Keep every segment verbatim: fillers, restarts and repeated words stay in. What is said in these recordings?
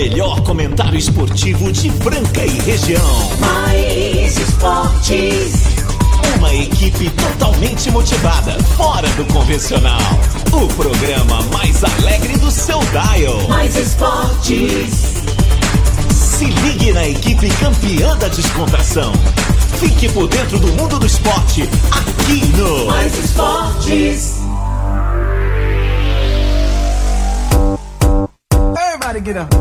melhor comentário esportivo de Franca e região. Mais Esportes. Uma equipe totalmente motivada, fora do convencional. O programa mais alegre do seu dial. Mais Esportes. Se ligue na equipe campeã da descontração. Fique por dentro do mundo do esporte, aqui no Mais Esportes. Everybody get up.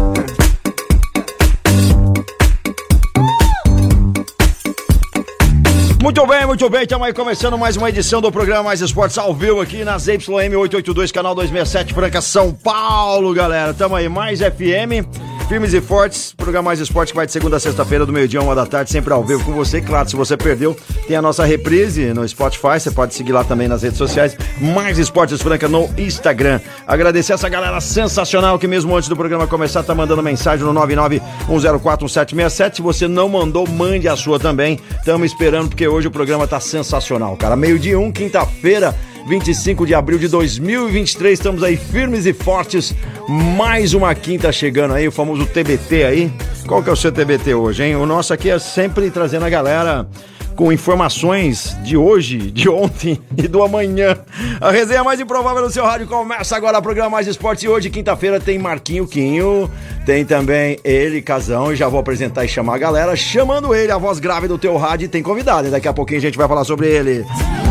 Muito bem, muito bem, estamos aí começando mais uma edição do programa Mais Esportes ao vivo aqui na Z Y M oitocentos e oitenta e dois, canal duzentos e sessenta e sete, Franca, São Paulo, galera. Estamos aí, mais F M, firmes e fortes, programa Mais Esportes que vai de segunda a sexta-feira, do meio-dia a uma da tarde, sempre ao vivo com você. Claro, se você perdeu, tem a nossa reprise no Spotify, você pode seguir lá também nas redes sociais, Mais Esportes Franca no Instagram. Agradecer essa galera sensacional que mesmo antes do programa começar, tá mandando mensagem no nove nove um zero quatro um sete seis sete. Se você não mandou, mande a sua também. Estamos esperando porque hoje o programa tá sensacional, cara. Meio-dia um, quinta-feira, vinte e cinco de abril de dois mil e vinte e três, estamos aí firmes e fortes, mais uma quinta chegando aí, o famoso T B T aí. Qual que é o seu T B T hoje, hein? O nosso aqui é sempre trazendo a galera com informações de hoje, de ontem e do amanhã. A resenha mais improvável do seu rádio começa agora, o programa Mais Esportes, e hoje, quinta-feira, tem Marquinho Quinho, tem também ele, Casão, e já vou apresentar e chamar a galera, chamando ele, a voz grave do teu rádio, e tem convidado, e daqui a pouquinho a gente vai falar sobre ele.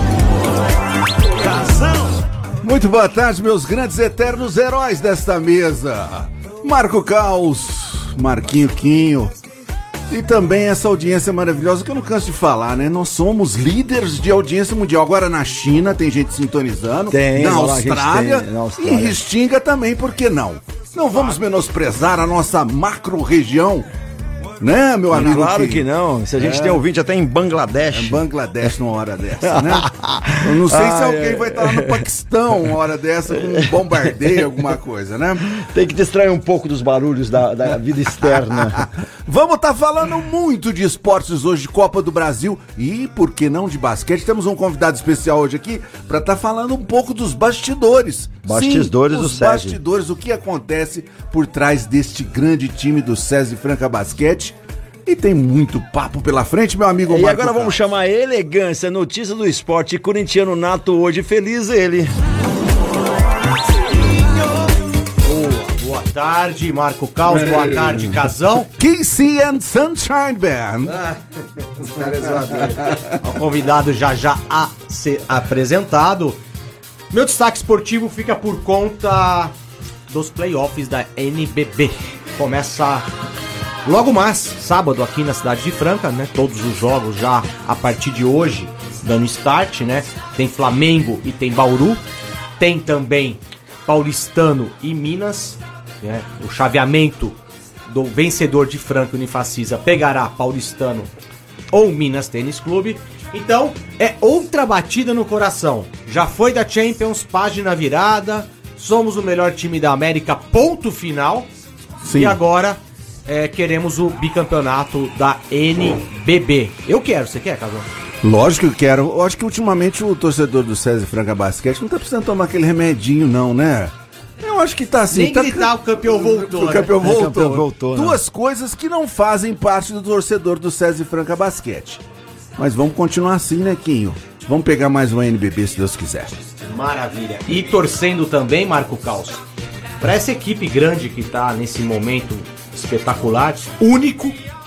Casão! Muito boa tarde, meus grandes eternos heróis desta mesa. Marco Caos, Marquinho Quinho, e também essa audiência maravilhosa que eu não canso de falar, né? Nós somos líderes de audiência mundial. Agora na China tem gente sintonizando, tem, na, lá, Austrália, tem, na Austrália, e em Restinga também, por que não? Não vamos menosprezar a nossa macro-região, né, meu amigo? Claro que, que não. Se a gente é. tem ouvinte até em Bangladesh. Em Bangladesh numa hora dessa, né? Eu não sei ah, se alguém é. vai estar lá no Paquistão uma hora dessa com um bombardeio, alguma coisa, né? Tem que distrair um pouco dos barulhos da, da vida externa. Vamos estar tá falando muito de esportes hoje, de Copa do Brasil e, por que não, de basquete. Temos um convidado especial hoje aqui para estar tá falando um pouco dos bastidores. Bastidores Sim, do os SESI. bastidores, o que acontece por trás deste grande time do SESI Franca Basquete. E tem muito papo pela frente, meu amigo Marco. E agora vamos chamar a elegância, notícia do esporte, corintiano nato hoje, feliz ele. Boa, boa tarde, Marco Caos, boa tarde, Casão. K C and Sunshine Band. Ah, o convidado já já a ser apresentado. Meu destaque esportivo fica por conta dos playoffs da N B B. Começa logo mais, sábado, aqui na cidade de Franca, né? Todos os jogos já a partir de hoje, dando start, né? Tem Flamengo e tem Bauru. Tem também Paulistano e Minas, né? O chaveamento do vencedor de Franca Unifacisa pegará Paulistano ou Minas Tênis Clube. Então, é outra batida no coração. Já foi da Champions, página virada. Somos o melhor time da América, ponto final. Sim. E agora é, queremos o bicampeonato da N B B. Eu quero, você quer, Casão? Lógico que eu quero. Eu acho que ultimamente o torcedor do SESI Franca Basquete não tá precisando tomar aquele remedinho, não, né? Eu acho que tá assim. Nem tá... gritar, o campeão voltou. O campeão né? voltou. O campeão voltou, Duas né? coisas que não fazem parte do torcedor do SESI Franca Basquete. Mas vamos continuar assim, né, Quinho? Vamos pegar mais uma N B B, se Deus quiser. Maravilha. E torcendo também, Marco Caos, para essa equipe grande que tá nesse momento espetacular, único,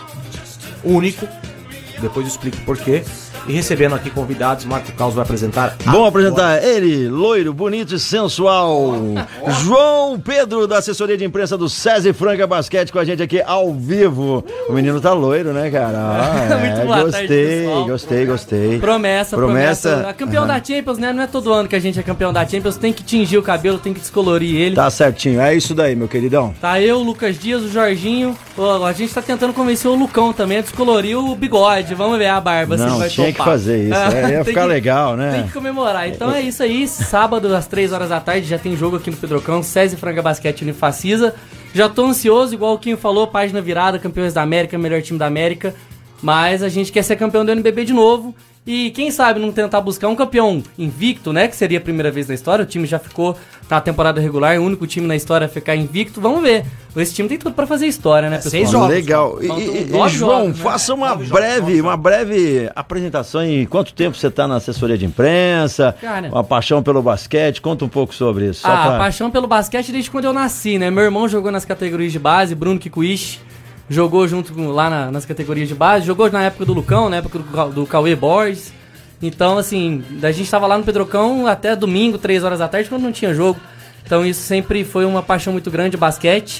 único, depois eu explico por quê. E recebendo aqui convidados, Marco Caos vai apresentar. Vamos apresentar ele, loiro, bonito e sensual, João Pedro, da assessoria de imprensa do SESI Franca Basquete, com a gente aqui ao vivo. O menino tá loiro, né, cara? Ah, é, muito boa gostei, tarde, pessoal. gostei, gostei. Promessa, promessa. promessa. A campeão uhum. da Champions, né? Não é todo ano que a gente é campeão da Champions, tem que tingir o cabelo, tem que descolorir ele. Tá certinho, é isso daí, meu queridão. Tá eu, o Lucas Dias, o Jorginho. A gente tá tentando convencer o Lucão também a descolorir o bigode. Vamos ver a barba, não, se vai tinha topar. que fazer isso, é, ia ficar que, legal, né? Tem que comemorar. Então é isso aí, sábado às três horas da tarde já tem jogo aqui no Pedrocão, SESI Franca Basquete Unifacisa. Já tô ansioso, igual o Quinho falou, página virada, campeões da América, melhor time da América. Mas a gente quer ser campeão do N B B de novo. E quem sabe não tentar buscar um campeão invicto, né? Que seria a primeira vez na história. O time já ficou na temporada regular, o único time na história a ficar invicto. Vamos ver. esse time tem tudo pra fazer história, né, pessoal? Seis jogos. Legal. E, e, e João, jogos, faça né? uma breve, uma breve apresentação. Em quanto tempo você tá na assessoria de imprensa? Cara, uma paixão pelo basquete? Conta um pouco sobre isso. Só ah, pra... a paixão pelo basquete desde quando eu nasci, né? Meu irmão jogou nas categorias de base, Bruno Kikuichi, jogou junto com, lá na, nas categorias de base, jogou na época do Lucão, na época do, do Cauê Borges. Então, assim, a gente tava lá no Pedrocão até domingo, três horas da tarde, quando não tinha jogo. Então isso sempre foi uma paixão muito grande, o basquete.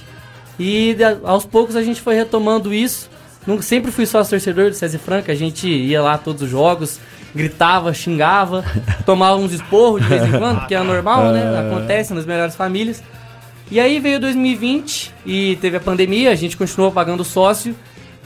E aos poucos a gente foi retomando isso. Nunca, sempre fui sócio torcedor do César Franca, a gente ia lá todos os jogos, gritava, xingava, tomava uns esporros de vez em quando, porque é normal, né? Acontece nas melhores famílias. E aí veio dois mil e vinte e teve a pandemia, a gente continuou pagando sócio.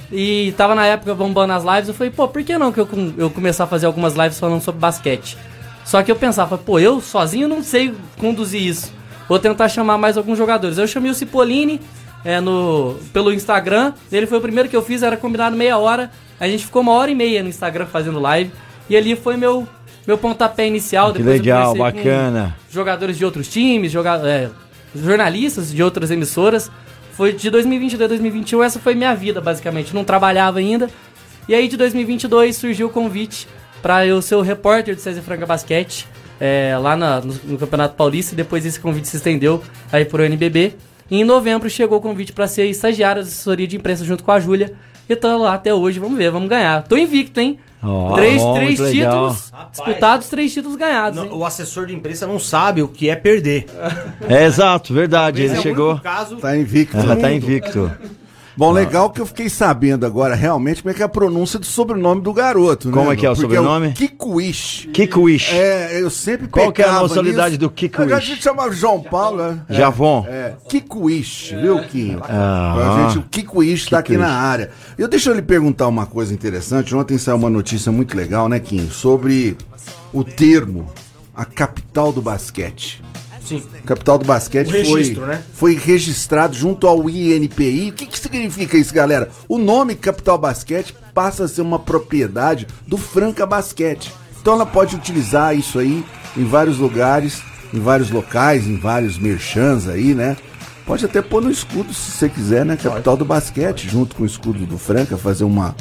E tava na época bombando as lives, eu falei, pô, por que não que eu, eu começar a fazer algumas lives falando sobre basquete? Só que eu pensava, pô, eu sozinho não sei conduzir isso. Vou tentar chamar mais alguns jogadores. Eu chamei o Cipollini é, no, pelo Instagram, ele foi o primeiro que eu fiz, era combinado meia hora. A gente ficou uma hora e meia no Instagram fazendo live. E ali foi meu, meu pontapé inicial. Que depois legal, eu bacana. Jogadores de outros times, joga, é, jornalistas de outras emissoras. Foi de dois mil e vinte e dois a dois mil e vinte e um, essa foi minha vida, basicamente. Não trabalhava ainda. E aí, de dois mil e vinte e dois, surgiu o convite para eu ser o repórter do César Franca Basquete, é, lá na, no, no Campeonato Paulista. E depois esse convite se estendeu aí pro N B B. E em novembro chegou o convite para ser estagiário da assessoria de imprensa junto com a Júlia. E tô lá até hoje, vamos ver, vamos ganhar. Tô invicto, hein? Oh, três bom, três títulos Rapaz, disputados, três títulos ganhados. Não, o assessor de imprensa não sabe o que é perder. É exato, verdade. Ele Esse é o chegou. único caso. Tá invicto. Ela né? tá invicto. Bom, legal que eu fiquei sabendo agora realmente como é que é a pronúncia do sobrenome do garoto, né? Como é que é o Porque sobrenome? É o Kikuichi. Kikuichi. É, eu sempre Qual que é a pecava nacionalidade nisso. do Kikuichi? A gente chamava João Paulo, né? É, Javon. É, Kikuichi, viu, Quinho? Ah. A gente, o Kikuichi tá aqui Kikuichi. na área. Eu deixa eu lhe perguntar uma coisa interessante. Ontem saiu uma notícia muito legal, né, Quinho? Sobre o termo, a capital do basquete. Sim. Capital do basquete O registro, foi, né? foi registrado junto ao I N P I. O que, que significa isso, galera? O nome Capital Basquete passa a ser uma propriedade do Franca Basquete. Então ela pode utilizar isso aí em vários lugares, em vários locais, em vários merchans aí, né? Pode até pôr no escudo se você quiser, né? Capital do Basquete, junto com o escudo do Franca, fazer uma,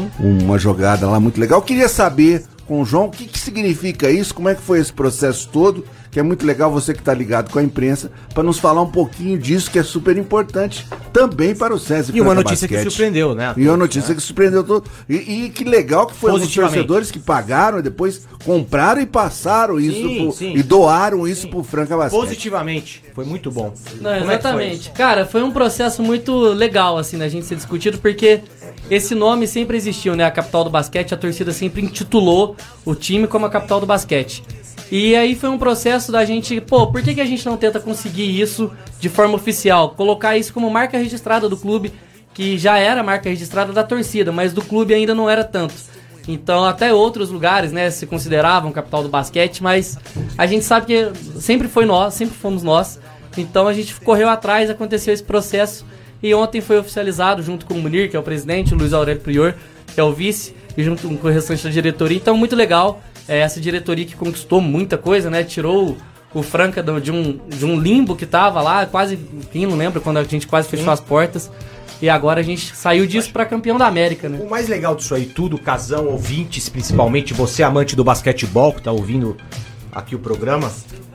uma jogada lá muito legal. Eu queria saber com o João o que, que significa isso, como é que foi esse processo todo, que é muito legal você que está ligado com a imprensa, para nos falar um pouquinho disso, que é super importante também para o César E uma Franca notícia Basquete. que surpreendeu, né? E uma notícia que surpreendeu todo. E, e que legal que foram os Positivamente. torcedores que pagaram e depois compraram e passaram isso Sim, pro, sim. e doaram isso pro Franca Basquete. Positivamente. Foi muito bom. Não, Como é que foi exatamente. isso? Cara, foi um processo muito legal, assim, da gente ser discutido, porque esse nome sempre existiu, né? A capital do basquete, a torcida sempre intitulou o time como a capital do basquete. E aí foi um processo da gente, pô, por que, que a gente não tenta conseguir isso de forma oficial? Colocar isso como marca registrada do clube, que já era marca registrada da torcida, mas do clube ainda não era tanto. Então até outros lugares, né, se consideravam capital do basquete, mas a gente sabe que sempre foi nós, sempre fomos nós. Então a gente correu atrás, aconteceu esse processo e ontem foi oficializado junto com o Munir, que é o presidente, o Luiz Aurélio Prior, que é o vice, e junto com o restante da diretoria. Então muito legal. É essa diretoria que conquistou muita coisa, né? Tirou o Franca de um, de um limbo que tava lá, quase, quem não lembra, quando a gente quase fechou Sim. as portas. E agora a gente saiu disso para campeão da América, né? O mais legal disso aí tudo, Casão, ouvintes, principalmente você, amante do basquetebol, que tá ouvindo aqui o programa,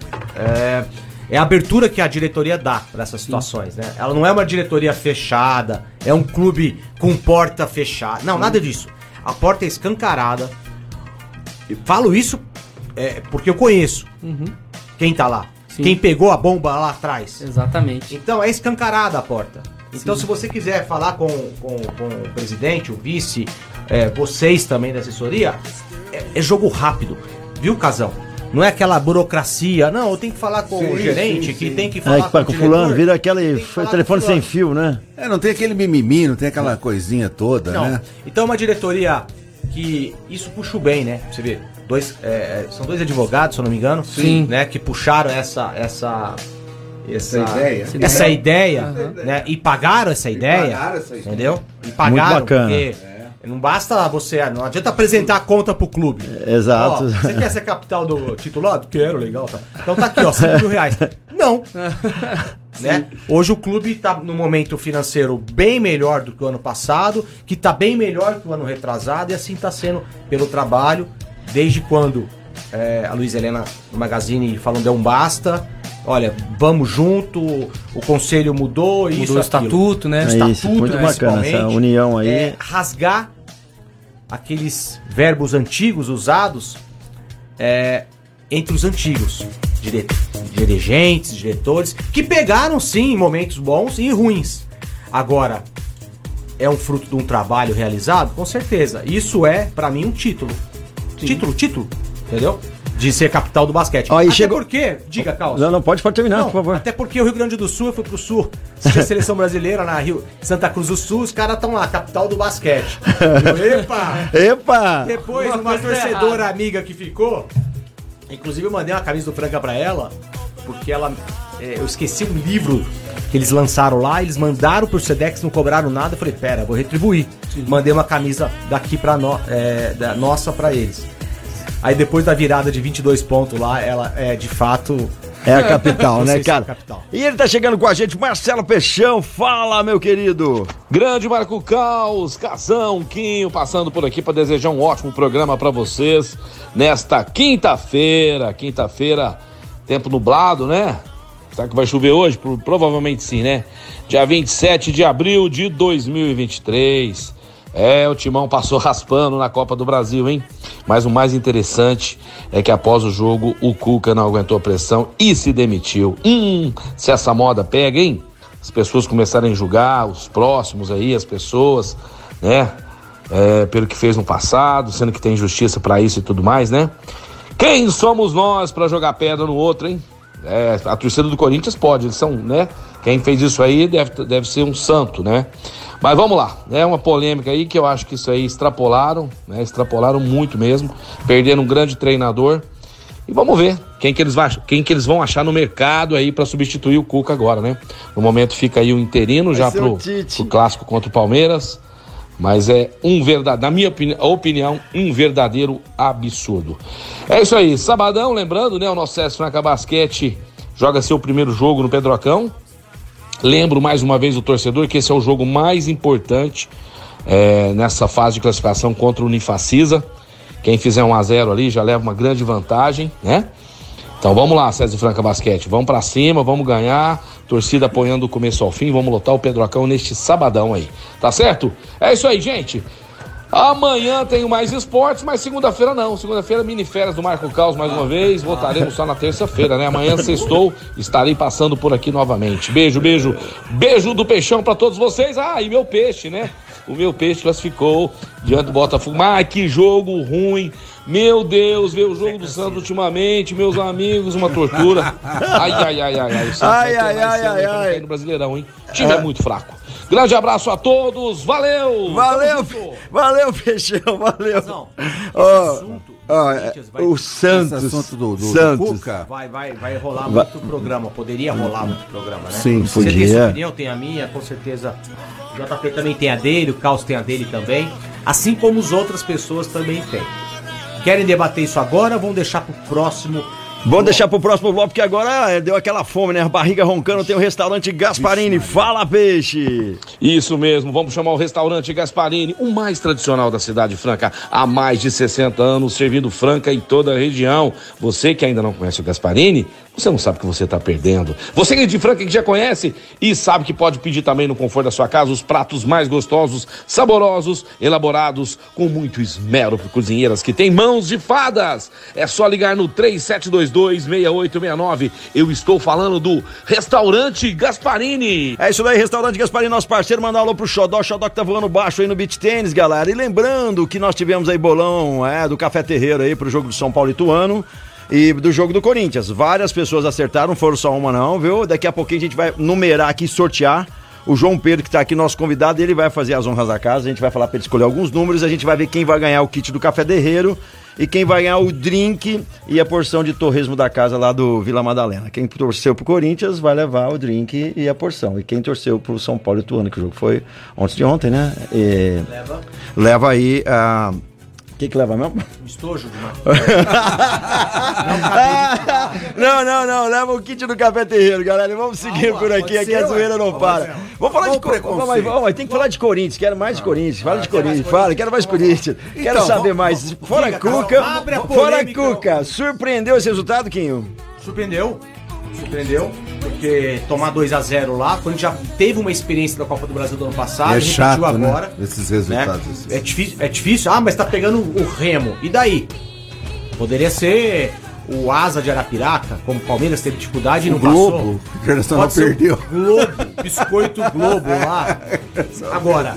é, é a abertura que a diretoria dá para essas situações, né? Ela não é uma diretoria fechada, é um clube com porta fechada. Não, Sim. nada disso. A porta é escancarada. Eu falo isso é, porque eu conheço uhum. quem tá lá. Sim. Quem pegou a bomba lá atrás. Exatamente. Então é escancarada a porta. Então, Sim. se você quiser falar com, com, com o presidente, o vice, é, vocês também da assessoria, é, é jogo rápido, viu, Casão? Não é aquela burocracia, não, eu tenho que falar com sim, o gerente, sim, que sim. tem que falar é, com, com o fulano, vira aquele telefone com sem fio, né? É, não tem aquele mimimi, não tem aquela coisinha toda, não. né? Então, uma diretoria que isso puxa bem, né? Você vê, dois, é, são dois advogados, se eu não me engano, sim. né? Que puxaram essa... essa Essa, essa ideia, essa ideia uhum. né? E pagaram essa e ideia, pagaram essa ideia. Entendeu? E pagaram, muito bacana. Porque é. não basta você, não adianta apresentar a conta pro clube. Exato. Ó, você quer ser capital do titulado? Quero, legal, tá. Então tá aqui, ó, cinco mil reais. Não. Né? Hoje o clube está num momento financeiro bem melhor do que o ano passado, que está bem melhor que o ano retrasado, e assim está sendo pelo trabalho, desde quando é, a Luiz Helena no Magazine falou deu um basta, olha, vamos junto, o conselho mudou, isso, mudou o estatuto, né? O é estatuto, isso, muito bacana essa união aí. É, rasgar aqueles verbos antigos usados é, entre os antigos dire- dirigentes, diretores, que pegaram sim momentos bons e ruins. Agora, é um fruto de um trabalho realizado? Com certeza. Isso é, pra mim, um título. Sim. Título, título, entendeu? De ser capital do basquete. Ó, e até chegou... porque, diga, Carlos. Não, não, pode, pode terminar, não, por favor. Até porque o Rio Grande do Sul, eu fui pro Sul, assisti a seleção brasileira na Rio, Santa Cruz do Sul, os caras estão lá, capital do basquete. Eu, epa! Epa! Depois, uma, uma torcedora errada. Amiga que ficou, inclusive eu mandei uma camisa do Franca pra ela, porque ela, é, eu esqueci um livro que eles lançaram lá, eles mandaram pro Sedex, não cobraram nada, eu falei, pera, vou retribuir. Sim. Mandei uma camisa daqui pra no, é, da nossa pra eles. Aí depois da virada de vinte e dois pontos lá, ela é de fato... É a capital, né, cara? É capital. E ele tá chegando com a gente, Marcelo Peixão. Fala, meu querido. Grande Marco Caos, Casão, Quinho, passando por aqui para desejar um ótimo programa para vocês nesta quinta-feira. Quinta-feira, tempo nublado, né? Será que vai chover hoje? Provavelmente sim, né? Dia vinte e sete de abril de dois mil e vinte e três. É, o Timão passou raspando na Copa do Brasil, hein? Mas o mais interessante é que após o jogo, o Cuca não aguentou a pressão e se demitiu. Hum, se essa moda pega, hein? As pessoas começarem a julgar, os próximos aí, as pessoas, né? É, pelo que fez no passado, sendo que tem justiça pra isso e tudo mais, né? Quem somos nós pra jogar pedra no outro, hein? É, a torcida do Corinthians pode, eles são, né? Quem fez isso aí deve, deve ser um santo, né? Mas vamos lá, é uma polêmica aí que eu acho que isso aí extrapolaram, né? Extrapolaram muito mesmo, perderam um grande treinador. E vamos ver quem que eles, vai, quem que eles vão achar no mercado aí pra substituir o Cuca agora, né? No momento fica aí o interino vai já pro, pro clássico contra o Palmeiras. Mas é um verdadeiro, na minha opini- opinião, um verdadeiro absurdo. É isso aí, sabadão, lembrando, né? O nosso César Franca Basquete joga seu primeiro jogo no Pedrocão. Lembro mais uma vez o torcedor que esse é o jogo mais importante é, nessa fase de classificação contra o Unifacisa. Quem fizer um a zero ali já leva uma grande vantagem, né? Então vamos lá, César Franca Basquete, vamos pra cima, vamos ganhar, torcida apoiando do começo ao fim, vamos lotar o Pedrocão neste sabadão aí, tá certo? É isso aí, gente. Amanhã tenho mais esportes, mas segunda-feira não. Segunda-feira, mini férias do Marco Caos mais uma vez. Voltaremos só na terça-feira, né? Amanhã, sextou, estarei passando por aqui novamente. Beijo, beijo. Beijo do Peixão pra todos vocês. Ah, e meu peixe, né? O meu peixe classificou diante do Botafogo. Mas que jogo ruim. Meu Deus, ver o jogo do Santos ultimamente, meus amigos, uma tortura. Ai, ai, ai, ai, ai. O Santos Ai, vai ai, ai, ai, ai. no Brasileirão, hein? O time é. é muito fraco. Grande abraço a todos, valeu! Valeu, valeu, Peixão, valeu. Não, oh, assunto, oh, vai, o Santos, esse assunto do, do, Santos. do Cuca. Vai, vai, vai rolar vai. muito programa, poderia rolar muito programa, né? Sim, Você podia. tem sua opinião, tem a minha, com certeza. O J P também tem a dele, o Caos tem a dele também. Assim como as outras pessoas também têm. Querem debater isso agora ou vão deixar pro próximo? Vamos deixar pro próximo bloco, porque agora deu aquela fome, né? A barriga roncando, tem o restaurante Gasparini. Fala, peixe! Isso mesmo, vamos chamar o restaurante Gasparini, o mais tradicional da cidade franca, há mais de sessenta anos, servindo franca em toda a região. Você que ainda não conhece o Gasparini, você não sabe o que você está perdendo. Você que é de Franca que já conhece e sabe que pode pedir também no conforto da sua casa os pratos mais gostosos, saborosos, elaborados com muito esmero por cozinheiras que têm mãos de fadas. É só ligar no três sete dois dois, seis oito seis nove. Eu estou falando do Restaurante Gasparini. É isso daí, Restaurante Gasparini, nosso parceiro. Manda um alô pro Xodó, Xodó que tá voando baixo aí no beach tênis, galera. E lembrando que nós tivemos aí bolão é, do Café Terreiro aí pro jogo do São Paulo e Ituano. E do jogo do Corinthians, várias pessoas acertaram, não foram só uma não, viu? Daqui a pouquinho a gente vai numerar aqui, sortear. O João Pedro, que tá aqui, nosso convidado, ele vai fazer as honras da casa, a gente vai falar pra ele escolher alguns números, a gente vai ver quem vai ganhar o kit do Café Terreiro e quem vai ganhar o drink e a porção de torresmo da casa lá do Vila Madalena. Quem torceu pro Corinthians vai levar o drink e a porção, e quem torceu pro São Paulo e Ituano, que o jogo foi ontem de ontem, né? E leva. leva aí a... que que leva mesmo? Estojo de maconha. Não, não, não, leva o kit do Café Terreiro, galera. Vamos seguir Calma, por aqui, pode aqui ser, a ué. zoeira não Pode para. ser. Vamos falar Qual de o Corinthians. preconceito? Vamos, vamos, tem que falar de Corinthians, quero mais de Corinthians. Fala de Corinthians, fala, quero mais Corinthians. Quero Então, saber vamos- mais. Fora diga, Cuca, Carol, abre a fora polêmica. Cuca. Surpreendeu esse resultado, Quinho? Surpreendeu. Surpreendeu. Porque tomar dois a zero lá, quando já teve uma experiência da Copa do Brasil do ano passado, É repetiu chato, agora. né? Esses né? resultados. assim. É difícil, é difícil. Ah, mas tá pegando o Remo. E daí? Poderia ser o Asa de Arapiraca, como o Palmeiras teve dificuldade e O não Globo, passou. o Internacional Pode ser o perdeu. Globo, Biscoito Globo lá. Agora,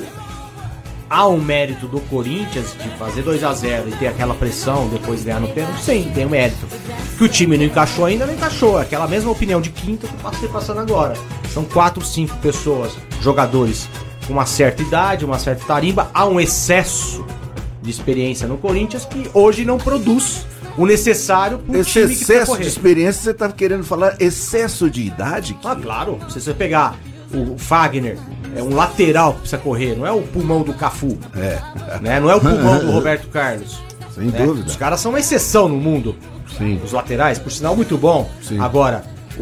há um mérito do Corinthians de fazer dois a zero e ter aquela pressão, depois ganhar no pênalti? Sim, tem um mérito. Que o time não encaixou ainda, não encaixou. Aquela mesma opinião de quinta que eu passei passando agora. São quatro, cinco pessoas, jogadores com uma certa idade, uma certa tarimba. Há um excesso de experiência no Corinthians que hoje não produz o necessário para o Esse time que precisa excesso correr. de experiência, você tá querendo falar excesso de idade? Ah, claro. Se você pegar o Fagner, é um lateral que precisa correr, não é o pulmão do Cafu. É, Né? Não é o pulmão do Roberto Carlos. sem né? dúvida. Os caras são uma exceção no mundo. Sim. Os laterais, por sinal, muito bom. Sim. Agora,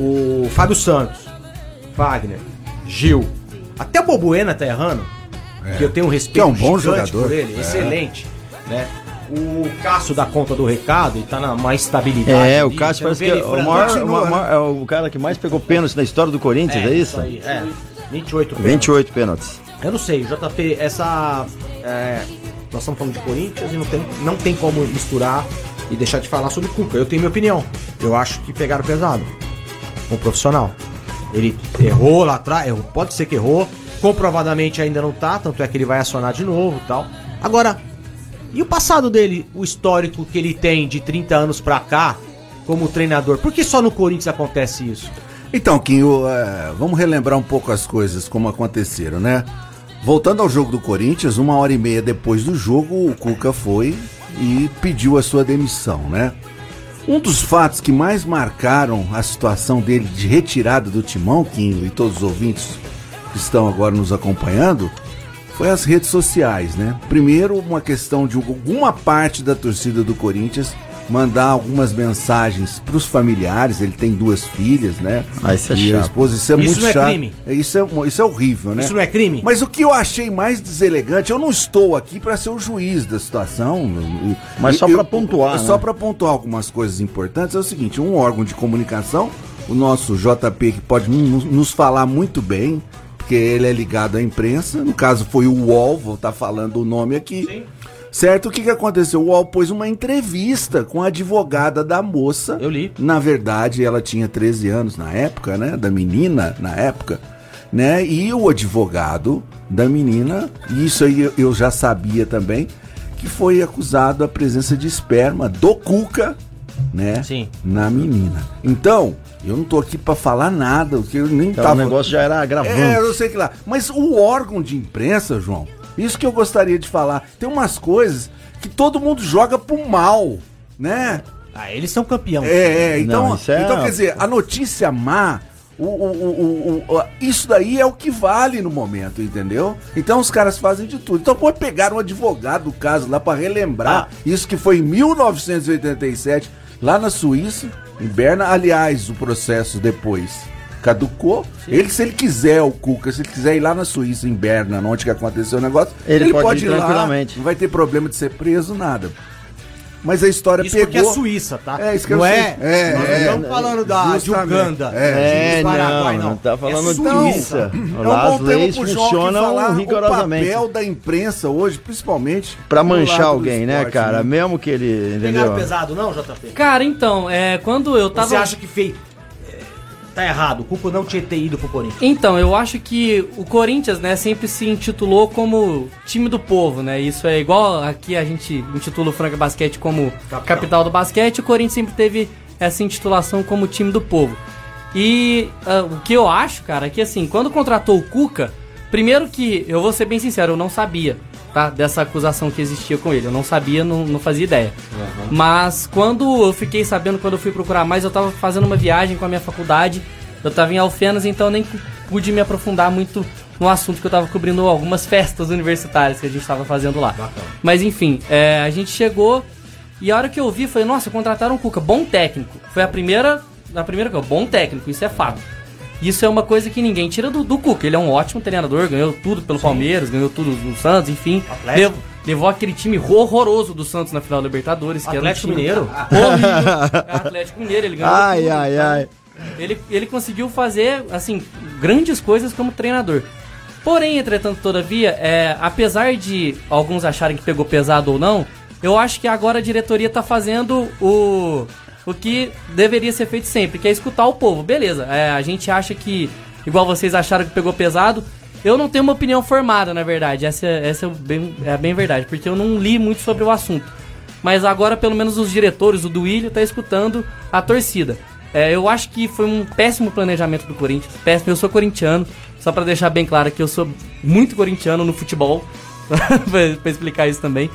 o Fábio Santos, Fagner, Gil, até o Bobuena tá errando, que eu tenho um respeito Que é um bom gigante jogador. por ele, É. excelente. Né? O Cássio dá conta do recado e tá na uma estabilidade. É, o ali, Cássio você parece não que vê é ele o frango. maior, Continua, o maior- é o cara que mais pegou pênalti na história do Corinthians, é, isso? aí, é. vinte e oito vinte e oito pênaltis. Eu não sei, J P, essa. é, nós estamos falando de Corinthians e não tem, não tem como misturar e deixar de falar sobre o Cuca. Eu tenho minha opinião. Eu acho que pegaram pesado com o profissional. Ele errou lá atrás, errou, pode ser que errou. Comprovadamente ainda não tá, tanto é que ele vai acionar de novo e tal. Agora, e o passado dele, o histórico que ele tem de trinta anos pra cá como treinador? Por que só no Corinthians acontece isso? Então, Quinho, é, vamos relembrar um pouco as coisas como aconteceram, né? Voltando ao jogo do Corinthians, uma hora e meia depois do jogo, o Cuca foi e pediu a sua demissão, né? Um dos fatos que mais marcaram a situação dele de retirada do timão, Quinho, e todos os ouvintes que estão agora nos acompanhando, foi as redes sociais, né? Primeiro, uma questão de alguma parte da torcida do Corinthians mandar algumas mensagens para os familiares. Ele tem duas filhas, né? Ah, isso é E a chato. esposa, isso é Isso muito não é chato. crime? Isso é, isso é horrível, né? Isso não é crime? Mas o que eu achei mais deselegante, eu não estou aqui para ser o juiz da situação. e- Mas e- só eu- pra pontuar, é né? Só para pontuar algumas coisas importantes. É o seguinte, um órgão de comunicação, o nosso J P, que pode nos, nos falar muito bem, porque ele é ligado à imprensa, no caso foi o U O L, vou estar falando o nome aqui. Sim. Certo? O que, que aconteceu? O U O L pôs uma entrevista com a advogada da moça. Eu li. Na verdade, ela tinha treze anos na época, né? Da menina, na época, né? E o advogado da menina, e isso aí eu- eu já sabia também, que foi acusado a presença de esperma do Cuca, né? Sim. Na menina. Então, eu não tô aqui pra falar nada, porque eu nem Então, tava... o negócio já era agravante. É, eu sei que lá. Mas o órgão de imprensa, João, isso que eu gostaria de falar. Tem umas coisas que todo mundo joga pro mal, né? Ah, eles são campeão. É, é. Então, Não, isso é- então quer dizer, a notícia má, o, o, o, o- o- isso daí é o que vale no momento, entendeu? Então os caras fazem de tudo. Então pode pegar um advogado do caso lá pra relembrar isso que foi em mil novecentos e oitenta e sete, lá na Suíça, em Berna. Aliás, o processo depois caducou. Ele, se ele quiser, o Cuca, se ele quiser ir lá na Suíça, em Berna, onde que aconteceu o negócio, Ele pode ir lá, tranquilamente. não vai ter problema de ser preso, nada. Mas a história Isso pegou... porque é Suíça, tá? É, isso que não eu é, sei. É, nós não é, estamos é, falando da, de justamente. Uganda, É. É, do Paraguai, não, não. tá falando é de Suíça. Suíça. É um Lá bom as tema leis pro João aqui falar funcionam rigorosamente. o papel da imprensa hoje, principalmente Pra do manchar lado do alguém, né, esporte, cara? né? Mesmo que ele, Pegaram entendeu? pesado, não, J P? Cara, então, é, quando eu tava... Você acha que fez... é, tá errado, o Cuca não tinha ter ido pro Corinthians. Então, eu acho que o Corinthians, né, sempre se intitulou como time do povo, né? Isso é igual aqui a gente intitula o Franca Basquete como Capital. capital do basquete, o Corinthians sempre teve essa intitulação como time do povo. E ah, o que eu acho, cara, é que assim, quando contratou o Cuca, primeiro que, eu vou ser bem sincero, eu não sabia, tá? Dessa acusação que existia com ele. Eu não sabia, não, não fazia ideia. Mas quando eu fiquei sabendo, quando eu fui procurar mais, eu tava fazendo uma viagem com a minha faculdade. Eu tava em Alfenas, então eu nem pude me aprofundar muito no assunto que eu tava cobrindo algumas festas universitárias que a gente tava fazendo lá. Bacana. Mas enfim, é, a gente chegou e a hora que eu vi, falei, nossa, contrataram o Cuca, bom técnico. Foi a primeira, a primeira coisa, bom técnico, isso é fato. Isso é uma coisa que ninguém tira do, do Cuca, ele é um ótimo treinador, ganhou tudo pelo Sim. Palmeiras, ganhou tudo no Santos, enfim. Levou, levou aquele time horroroso do Santos na final da Libertadores. Que Atlético era um Mineiro? Horrível. Atlético Mineiro, ele ganhou ai, tudo. Ai, ai, ai. Ele, ele conseguiu fazer, assim, grandes coisas como treinador. Porém, entretanto, todavia, é, apesar de alguns acharem que pegou pesado ou não, eu acho que agora a diretoria tá fazendo o, o que deveria ser feito sempre, que é escutar o povo. Beleza, é, a gente acha que, igual vocês acharam que pegou pesado, eu não tenho uma opinião formada, na verdade. Essa, essa é, bem, é bem verdade, porque eu não li muito sobre o assunto. Mas agora, pelo menos, os diretores, o Duílio, tá escutando a torcida. É, eu acho que foi um péssimo planejamento do Corinthians. Péssimo, eu sou corintiano, só pra deixar bem claro que eu sou muito corintiano no futebol, pra explicar isso também.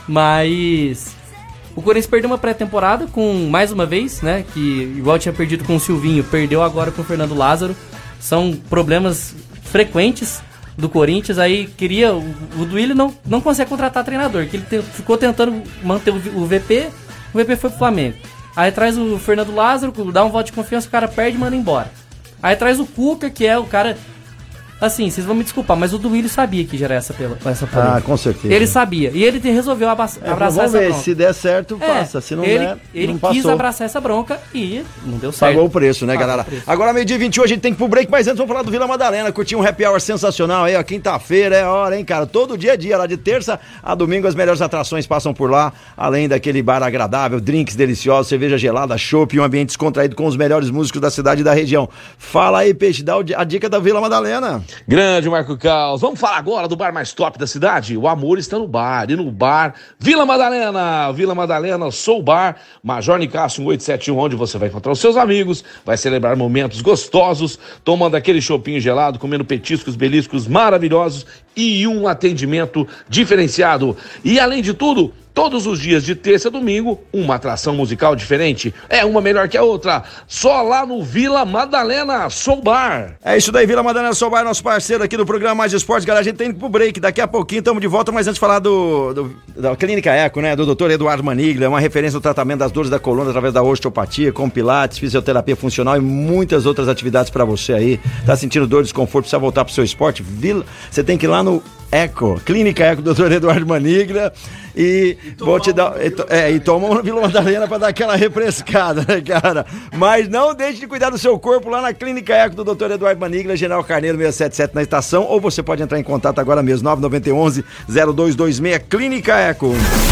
Mas o Corinthians perdeu uma pré-temporada com, mais uma vez, né, que igual tinha perdido com o Silvinho, perdeu agora com o Fernando Lázaro. São problemas frequentes do Corinthians. Aí queria, o, o Duílio não, não consegue contratar treinador, que ele te, ficou tentando manter o, o V P, o V P foi pro Flamengo. Aí traz o Fernando Lázaro, dá um voto de confiança, o cara perde e manda embora. Aí traz o Cuca, que é o cara... Assim, vocês vão me desculpar, mas o Duílio sabia que já era essa, essa polêmica. Ah, com certeza. Ele sabia. E ele resolveu abraçar é, essa vamos ver, bronca. se der certo, é, passa. Se não ele, der, ele não passou. Ele quis abraçar essa bronca e não deu certo. Pagou o preço, né, Pagou galera? preço. Agora, meio-dia e vinte e um, a gente tem que ir pro break, mas antes vamos falar do Vila Madalena. Curtir um happy hour sensacional aí, ó. Quinta-feira é hora, hein, cara? Todo dia é dia, lá de terça a domingo, as melhores atrações passam por lá. Além daquele bar agradável, drinks deliciosos, cerveja gelada, chopp, um ambiente descontraído com os melhores músicos da cidade e da região. Fala aí, Peixe, dá a dica da Vila Madalena. Grande, Marco Caos. Vamos falar agora do bar mais top da cidade? O amor está no bar, e no bar Vila Madalena. Vila Madalena, Sou Bar, Major Nicásio um oito sete um, onde você vai encontrar os seus amigos, vai celebrar momentos gostosos, tomando aquele chopinho gelado, comendo petiscos, beliscos maravilhosos e um atendimento diferenciado. E além de tudo, todos os dias de terça a domingo, uma atração musical diferente. É uma melhor que a outra. Só lá no Vila Madalena Sou Bar. É isso daí, Vila Madalena Sou Bar, nosso parceiro aqui do programa Mais Esportes. Galera, a gente tem que ir pro break. Daqui a pouquinho estamos de volta, mas antes de falar do, do, da Clínica Eco, né? Do doutor Eduardo Maniglia, uma referência no tratamento das dores da coluna através da osteopatia, com pilates, fisioterapia funcional e muitas outras atividades para você aí. Tá sentindo dor, desconforto, precisa voltar pro seu esporte? Vila, você tem que ir lá no Eco, Clínica Eco, doutor Eduardo Maniglia. E, e vou te dar. E, é, e toma uma Vila Madalena pra dar aquela refrescada, né, cara? Mas não deixe de cuidar do seu corpo lá na Clínica Eco do doutor Eduardo Maniglia, General Carneiro seiscentos e setenta e sete na estação, ou você pode entrar em contato agora mesmo, nove nove um um, zero dois dois seis, Clínica Eco.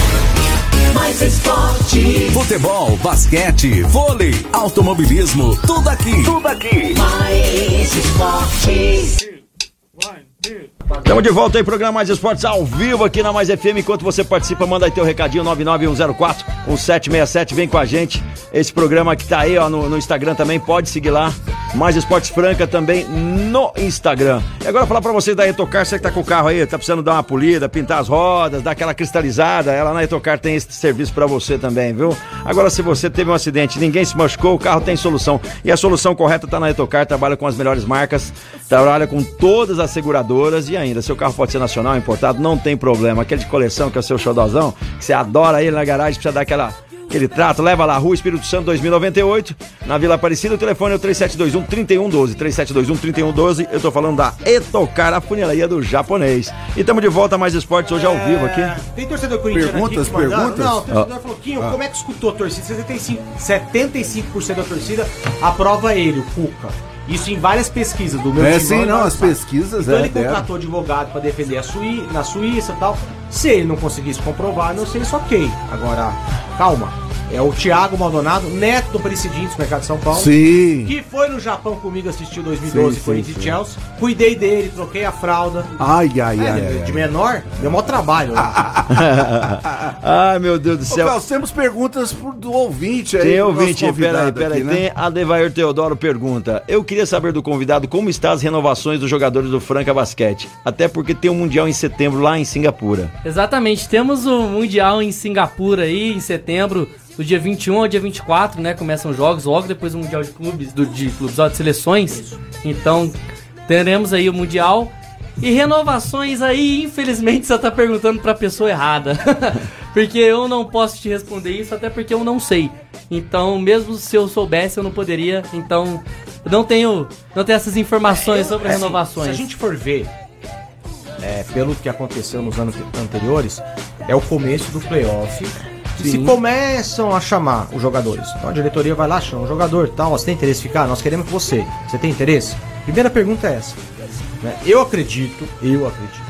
Mais esporte. Futebol, basquete, vôlei, automobilismo, tudo aqui. Tudo aqui. Mais esporte. Estamos de volta aí, programa Mais Esportes ao vivo aqui na Mais F M. Enquanto você participa, manda aí teu recadinho, nove nove um zero quatro um sete seis sete, vem com a gente. Esse programa que tá aí, ó, no, no Instagram também, pode seguir lá. Mais Esportes Franca também no Instagram. E agora falar pra vocês da Etocar, você que tá com o carro aí, tá precisando dar uma polida, pintar as rodas, dar aquela cristalizada, ela na Etocar tem esse serviço pra você também, viu? Agora, se você teve um acidente, ninguém se machucou, o carro tem solução. E a solução correta tá na Etocar, trabalha com as melhores marcas, trabalha com todas as seguradoras e ainda, seu carro pode ser nacional, importado, não tem problema. Aquele de coleção, que é o seu xodozão, que você adora ele na garagem, precisa dar aquela... aquele trato, leva lá, Rua Espírito Santo dois mil e noventa e oito, na Vila Aparecida. O telefone é o três sete dois um, três um um dois, três sete dois um, três um um dois. Eu tô falando da Etocar, a funilaria do japonês. E estamos de volta a Mais Esportes hoje ao vivo aqui. Tem torcedor corintiano Perguntas, aqui que perguntas? Não, o torcedor Ah. falou, Quinho, ah. como é que escutou a torcida? setenta e cinco, setenta e cinco por cento da torcida aprova ele, o Cuca. Isso em várias pesquisas do meu É time, sim, não, as sabe? pesquisas Então é ele dela. contratou advogado pra defender a Suí- na Suíça e tal. Se ele não conseguisse comprovar, não sei se ok. Agora, calma. É o Thiago Maldonado, neto do presidente do Mercado de São Paulo. Sim. Que foi no Japão comigo, assistiu dois mil e doze, Sim, Corinthians sim, e sim. Chelsea. Cuidei dele, troquei a fralda. Ai, ai, É, ai, de, ai, de ai. menor, deu maior trabalho. Né? Ai, meu Deus do Ô, céu. Carlos, temos perguntas pro, do ouvinte aí. Tem do nosso ouvinte, peraí, convidado peraí. aqui, né? Tem Adevair Teodoro pergunta: eu queria saber do convidado como estão as renovações dos jogadores do Franca Basquete. Até porque tem um Mundial em setembro lá em Singapura. Exatamente, temos o Mundial em Singapura aí, em setembro, do dia vinte e um ao dia vinte e quatro, né? Começam os jogos, logo depois do Mundial de Clubes, do, de clubes, ó, de seleções. Então, teremos aí o Mundial. E renovações aí, infelizmente, você tá perguntando pra pessoa errada. Porque eu não posso te responder isso, até porque eu não sei. Então, mesmo se eu soubesse, eu não poderia. Então, não tenho, não tenho essas informações é, eu, sobre assim, renovações. Se a gente for ver, é, pelo que aconteceu nos anos anteriores, é o começo do playoff. E se começam a chamar os jogadores, então a diretoria vai lá, chama o jogador, tal, você tem interesse em ficar? Nós queremos você. Você tem interesse? Primeira pergunta é essa. Né? Eu acredito, eu acredito.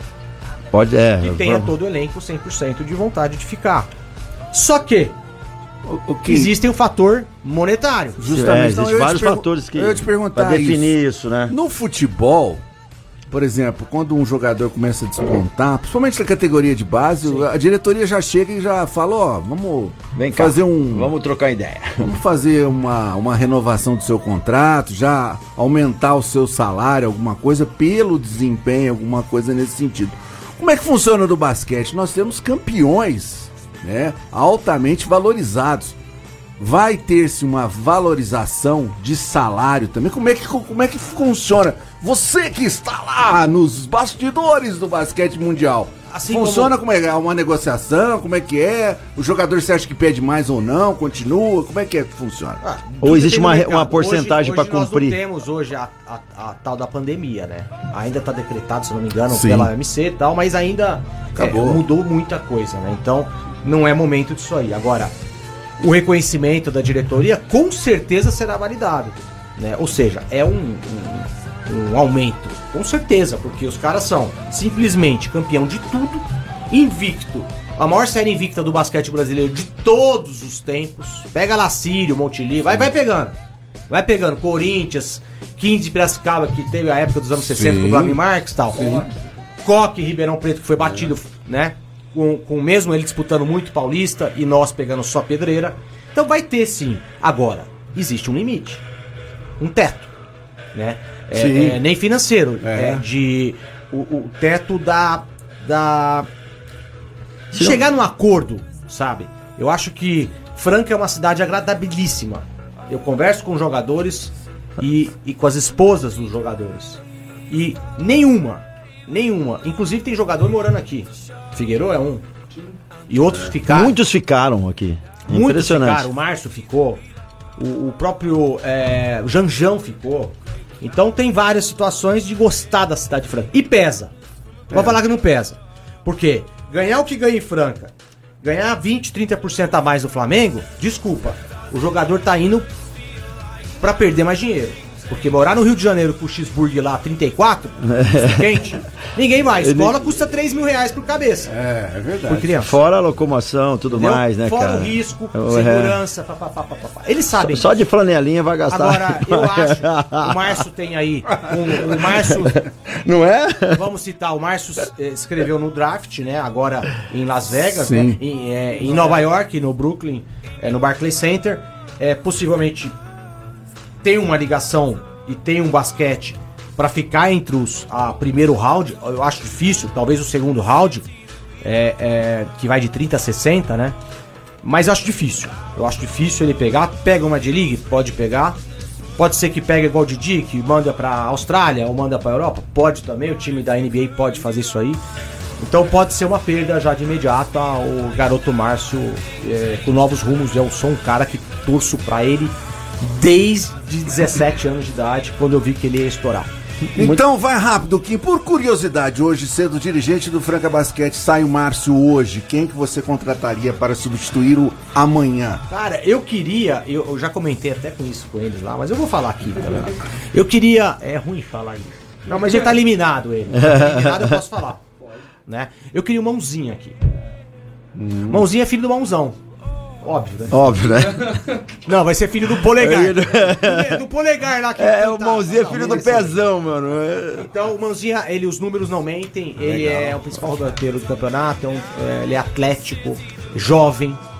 Pode, é. Que tenha todo o elenco cem por cento de vontade de ficar. Só que, o, o que... existe o fator monetário. Justamente. É, existem vários fatores que eu ia te perguntar pra definir isso. isso, né? No futebol, por exemplo, quando um jogador começa a despontar, principalmente na categoria de base, sim, a diretoria já chega e já fala, ó, vamos Vem cá, fazer um... Vamos trocar ideia. Vamos fazer uma, uma renovação do seu contrato, já aumentar o seu salário, alguma coisa, pelo desempenho, alguma coisa nesse sentido. Como é que funciona no basquete? Nós temos campeões, né, altamente valorizados. Vai ter-se uma valorização de salário também? Como é que, como é que funciona? Você que está lá nos bastidores do basquete mundial, assim, funciona como... como é uma negociação? Como é que é? O jogador, você acha que pede mais ou não? Continua? Como é que é que funciona? Ah, ou existe uma, uma porcentagem para cumprir? Nós não temos hoje a, a, a tal da pandemia, né? Ainda está decretado, se não me engano, sim, pela O M C e tal, mas ainda é, mudou muita coisa, né? Então, não é momento disso aí. Agora, o reconhecimento da diretoria com certeza será validado, né? Ou seja, é um, um, um aumento, com certeza, porque os caras são simplesmente campeão de tudo, invicto, a maior série invicta do basquete brasileiro de todos os tempos. Pega lá Sírio, Montilí, vai, vai pegando, vai pegando Corinthians, quinze de Piracicaba, que teve a época dos anos sessenta com o Flávio Marques e tal, Coque, Ribeirão Preto, que foi batido, né? Com, com mesmo ele disputando muito Paulista e nós pegando só pedreira. Então vai ter sim. Agora, existe um limite, um teto, né? É, é, nem financeiro, é, é de o, o teto da, da de chegar num acordo, sabe? Eu acho que Franca é uma cidade agradabilíssima. Eu converso com jogadores e, e com as esposas dos jogadores e nenhuma, nenhuma, inclusive tem jogador morando aqui. Figueiredo é um. E outros ficaram. Muitos ficaram aqui. Muitos impressionante. Ficaram. O Márcio ficou. O, o próprio é, o Janjão ficou. Então tem várias situações de gostar da cidade de Franca. E pesa. É. Vou falar que não pesa. Por quê? Ganhar o que ganha em Franca, ganhar vinte, trinta por cento a mais do Flamengo, desculpa. O jogador tá indo pra perder mais dinheiro. Porque morar no Rio de Janeiro com o X-Burg lá trinta e quatro, quente, ninguém vai. Escola custa três mil reais por cabeça. É, é verdade. Por criança. Fora a locomoção, tudo Entendeu? mais, né, Fora cara? Fora o risco, segurança, papapá, papapá. Eles sabem. Só, só de flanelinha vai gastar. Agora, eu acho, o Márcio tem aí, o, o Márcio... Não é? Vamos citar, o Márcio escreveu no draft, né, agora em Las Vegas, né, em, é, em Nova York, no Brooklyn, é, no Barclays Center, é, possivelmente... tem uma ligação e tem um basquete para ficar entre os a primeiro round, eu acho difícil, talvez o segundo round, é, é, que vai de trinta a sessenta, né? Mas eu acho difícil, eu acho difícil ele pegar. Pega uma D-League? Pode pegar. Pode ser que pegue igual o Didi, que manda pra Austrália ou manda pra Europa? Pode também, o time da N B A pode fazer isso aí. Então pode ser uma perda já de imediato. O garoto Márcio, é, com novos rumos, eu sou um cara que torço pra ele desde dezessete anos de idade, quando eu vi que ele ia estourar. Então vai rápido, Kim. Por curiosidade, hoje sendo dirigente do Franca Basquete, sai o Márcio hoje. Quem que você contrataria para substituir o amanhã? Cara, eu queria, eu, eu já comentei até com isso com eles lá, mas eu vou falar aqui, galera. Eu queria, é ruim falar isso. Não, mas ele tá eliminado, ele. Tá eliminado, eu posso falar. Né? Eu queria o Mãozinha aqui. Hum. Mãozinha é filho do Mãozão. Óbvio, né? Óbvio, né? Não, vai ser filho do Polegar. do, do Polegar lá que É, o Mãozinha é filho do Pezão, mano. Então, o Mãozinha, ele, os números não mentem. Ele Legal. é o principal rodoteiro do campeonato. É um, é, ele é atlético, jovem.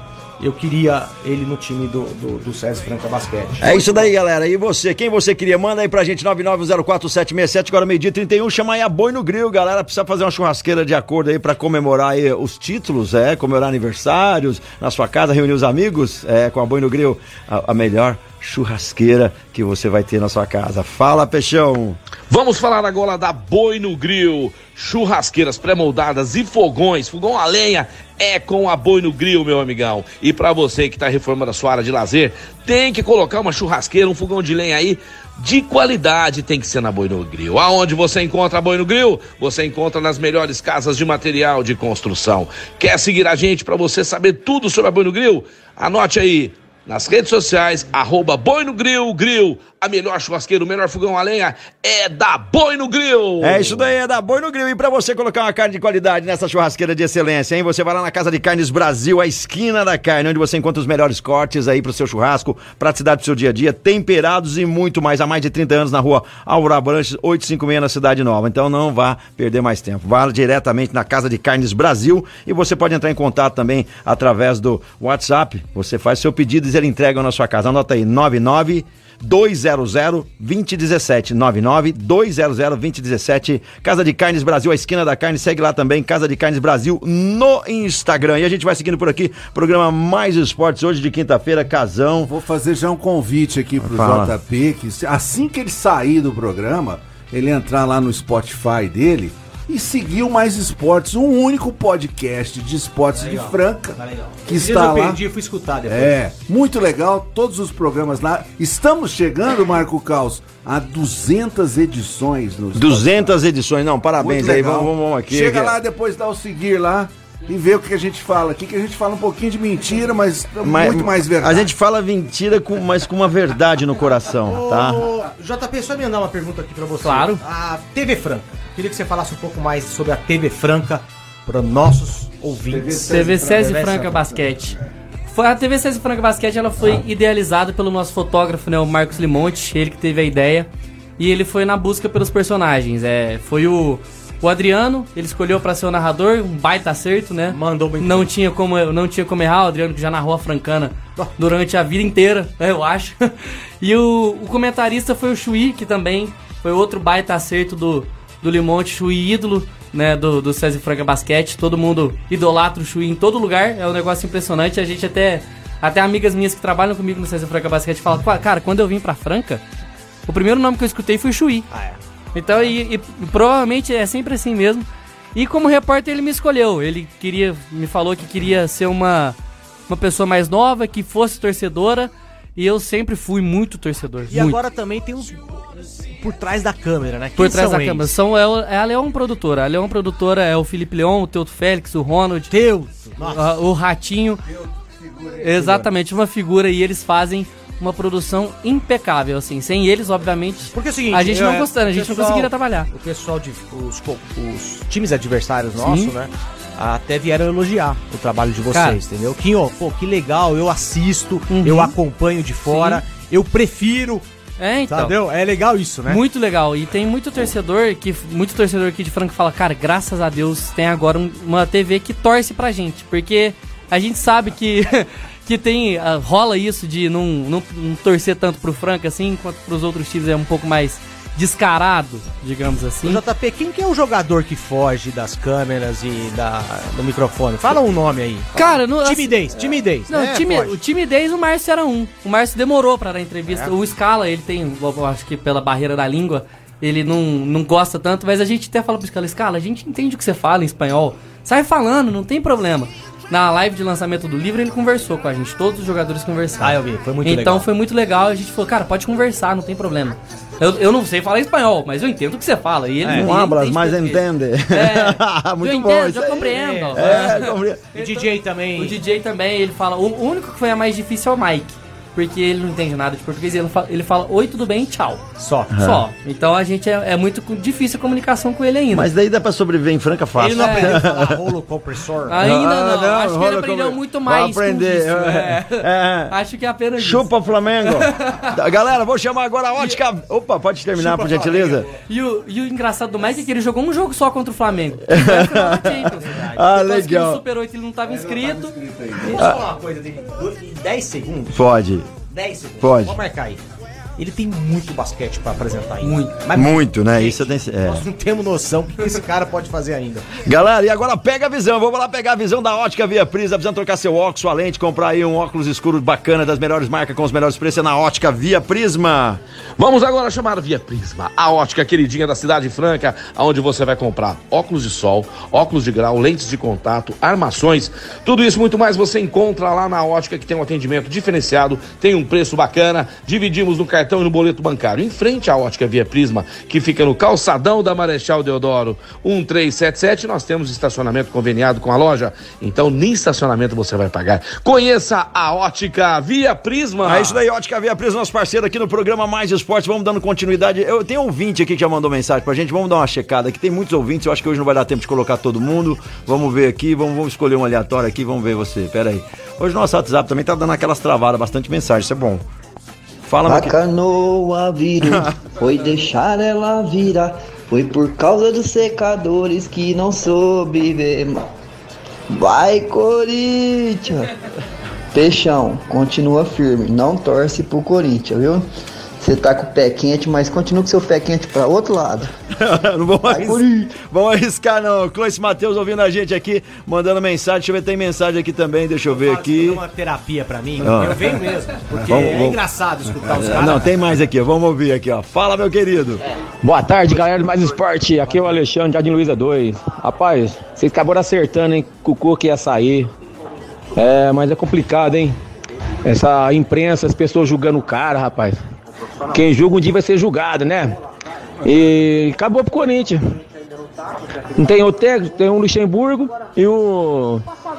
eu queria ele no time do, do, do César Franca Basquete. É isso daí, galera. E você? Quem você queria? Manda aí pra gente, nove nove zero quatro sete seis sete, agora meio-dia trinta e um. Chama aí a Boi no Grill, galera. Precisa fazer uma churrasqueira de acordo aí pra comemorar aí os títulos, é, comemorar aniversários, na sua casa, reunir os amigos, é, com a Boi no Grill, a, a melhor churrasqueira que você vai ter na sua casa. Fala, Peixão! Vamos falar agora da Boi no Grill. Churrasqueiras pré-moldadas e fogões, fogão a lenha é com a Boi no Grill, meu amigão. E pra você que tá reformando a sua área de lazer, tem que colocar uma churrasqueira, um fogão de lenha aí de qualidade, tem que ser na Boi no Grill. Aonde você encontra a Boi no Grill? Você encontra nas melhores casas de material de construção. Quer seguir a gente pra você saber tudo sobre a Boi no Grill? Anote aí. Nas redes sociais, arroba Boi no Grill, Grill, a melhor churrasqueira, o melhor fogão a lenha é da Boi no Grill. É isso daí, é da Boi no Grill. E pra você colocar uma carne de qualidade nessa churrasqueira de excelência, hein? Você vai lá na Casa de Carnes Brasil, a esquina da carne, onde você encontra os melhores cortes aí pro seu churrasco, praticidade pro seu dia a dia, temperados e muito mais. Há mais de trinta anos na rua Aura Branches, oitocentos e cinquenta e seis na Cidade Nova. Então não vá perder mais tempo. Vá diretamente na Casa de Carnes Brasil e você pode entrar em contato também através do WhatsApp. Você faz seu pedido e ele entrega na sua casa. Anota aí, nove nove dois zero zero dois zero um sete, nove nove dois zero zero dois zero um sete. Casa de Carnes Brasil, a esquina da carne, segue lá também, Casa de Carnes Brasil no Instagram. E a gente vai seguindo por aqui, programa Mais Esportes, hoje de quinta-feira, Casão. Vou fazer já um convite aqui pro Fala. J P, que assim que ele sair do programa, ele entrar lá no Spotify dele e seguir o Mais Esportes, um único podcast de esportes Tá de legal, Franca, tá legal. que Esses está dias eu lá. perdi, eu fui escutar depois. É, muito legal, todos os programas lá. Estamos chegando, Marco Caos, a duzentas edições no Spotify. duzentas edições, não, parabéns Muito aí, legal. vamos, vamos aqui. Chega aqui. lá, depois dá o seguir lá e vê o que a gente fala aqui, que a gente fala um pouquinho de mentira, mas, Mas- muito mais verdade. A gente fala mentira, com, mas com uma verdade no coração, tá? Ô, J P, só me mandar uma pergunta aqui pra você. Claro. A T V Franca. Queria que você falasse um pouco mais sobre a T V Franca para nossos ouvintes. T V César Franca Basquete. Foi, a T V César Franca Basquete, ela foi idealizada pelo nosso fotógrafo, né, o Marcos Limonte, ele que teve a ideia. E ele foi na busca pelos personagens. É, foi o, o Adriano, ele escolheu pra ser o narrador, um baita acerto, né? Mandou bem. Não tinha como, não tinha como errar, o Adriano que já narrou a Francana durante a vida inteira, eu acho. E o, o comentarista foi o Chuí, que também foi outro baita acerto do, do Limonte, Chuí ídolo, né, do, do César Franca Basquete. Todo mundo idolatra o Chuí em todo lugar, é um negócio impressionante. A gente até, até amigas minhas que trabalham comigo no César Franca Basquete falam, cara, quando eu vim pra Franca, o primeiro nome que eu escutei foi Chuí. Ah, é. Então, e, e provavelmente é sempre assim mesmo. E como repórter ele me escolheu. Ele queria, me falou que queria ser uma, uma pessoa mais nova, que fosse torcedora. E eu sempre fui muito torcedor. E muito. agora também tem uns por trás da câmera, né? Por Quem trás são da eles? câmera. São, é, é a Leão Produtora. A Leão Produtora é o Felipe Leon, o Teuto Félix, o Ronald, Deus! a- o Ratinho. Exatamente, uma figura. E eles fazem uma produção impecável, assim. Sem eles, obviamente, Porque é o seguinte, a gente não, é, gosta, a gente não pessoal- conseguiria trabalhar. O pessoal de os, os times adversários nossos, né? Até vieram elogiar o trabalho de vocês, Cara. entendeu? Que, ó, pô, que legal, eu assisto, Uhum. eu acompanho de fora, eu prefiro, É, então. entendeu? É legal isso, né? Muito legal. E tem muito torcedor que muito torcedor aqui de Franca que fala, cara, graças a Deus tem agora um- uma T V que torce pra gente, porque a gente sabe que que tem ah, rola isso de não, não, não torcer tanto pro Franca assim, enquanto pros outros times é um pouco mais descarado, digamos assim. O J P, quem que é o jogador que foge das câmeras e da, do microfone? Fala um nome aí. Cara, no, Timidez, timidez. Não, né? time, Foge. o timidez, o Márcio era um. O Márcio demorou pra dar entrevista. É. O Scala, ele tem, eu acho que pela barreira da língua, ele não, não gosta tanto, mas a gente até fala pro Scala, Scala, a gente entende o que você fala em espanhol. Sai falando, não tem problema. Na live de lançamento do livro, ele conversou com a gente, todos os jogadores conversaram. Ah, eu vi, foi muito então, legal. foi muito legal, a gente falou, cara, pode conversar, não tem problema. Eu, eu não sei falar espanhol, mas eu entendo o que você fala. E ele Não ele hablas, entende mas português. entende. É, Muito eu bom entendo, isso eu aí. compreendo. É, compreendo. E D J também. O D J também, ele fala. O único que foi a mais difícil é o Mike. porque ele não entende nada de português, ele fala, ele fala oi, tudo bem, tchau. Só. Uhum. Só. Então a gente é, é muito difícil a comunicação com ele ainda. Mas daí dá pra sobreviver em Franca fácil. Ele não aprendeu a falar rolo compressor? Ainda não, Ah, não, acho que ele rolo aprendeu compre- muito Vou mais aprender. com isso. É. É. Acho que é apenas isso. Chupa Flamengo. Tá, galera, vou chamar agora a ótica. Opa, pode terminar, por gentileza? E o, e o engraçado do Mike é que ele jogou um jogo só contra o Flamengo. Que foi a final da Champions, verdade. Ah, Então, acho que legal. no Super oito ele não estava inscrito. Deixa eu falar uma coisa dele. Em dez segundos. Pode. dez segundos. Pode. Vou marcar aí. Ele tem muito basquete pra apresentar ainda. Muito. Mas Muito, né? Isso tem. É. nós não temos noção do que esse cara pode fazer ainda. Galera, e agora pega a visão. Vamos lá pegar a visão da ótica Via Prisma. Precisando trocar seu óculos, sua lente, comprar aí um óculos escuro bacana das melhores marcas com os melhores preços é na ótica Via Prisma. Vamos agora chamar Via Prisma, a ótica queridinha da Cidade Franca, onde você vai comprar óculos de sol, óculos de grau, lentes de contato, armações, tudo isso muito mais você encontra lá na ótica, que tem um atendimento diferenciado, tem um preço bacana, dividimos no cartão e no boleto bancário. Em frente à ótica Via Prisma, que fica no calçadão da Marechal Deodoro um três sete sete, nós temos estacionamento conveniado com a loja, então nem estacionamento você vai pagar. Conheça a ótica Via Prisma. É isso daí, ótica Via Prisma, nosso parceiro aqui no programa Mais Esporte. Vamos dando continuidade. Eu tenho um ouvinte aqui que já mandou mensagem pra gente. Vamos dar uma checada aqui. Tem muitos ouvintes. Eu acho que hoje não vai dar tempo de colocar todo mundo. Vamos ver aqui. Vamos, vamos escolher um aleatório aqui. Vamos ver você. Pera aí. Hoje nosso WhatsApp também tá dando aquelas travadas, bastante mensagem. Isso é bom. Fala, meu A canoa virou, foi deixar ela virar. Foi por causa dos secadores que não soube ver. Vai, Corinthians! Peixão, continua firme, não torce pro Corinthians, viu? Você tá com o pé quente, mas continua com seu pé quente pra outro lado. Não vamos, Vai, arris... Corinthians. vamos arriscar, não. Clois Matheus ouvindo a gente aqui, mandando mensagem. Deixa eu ver, tem mensagem aqui também. Deixa eu ver aqui. Uma terapia pra mim, Ah. eu venho mesmo. Porque Vamos, é vamos. engraçado escutar os É, caras. Não, tem mais aqui. Vamos ouvir aqui, ó. Fala, meu querido. Boa tarde, galera do Mais Esporte. Aqui é o Alexandre, Jardim Luiza dois. Rapaz, vocês acabaram acertando, hein? Que o Cuca ia sair. É, mas é complicado, hein? Essa imprensa, as pessoas julgando o cara, rapaz. Quem julga um dia vai ser julgado, né? E acabou pro Corinthians. Não tem o técnico, tem o Luxemburgo e o...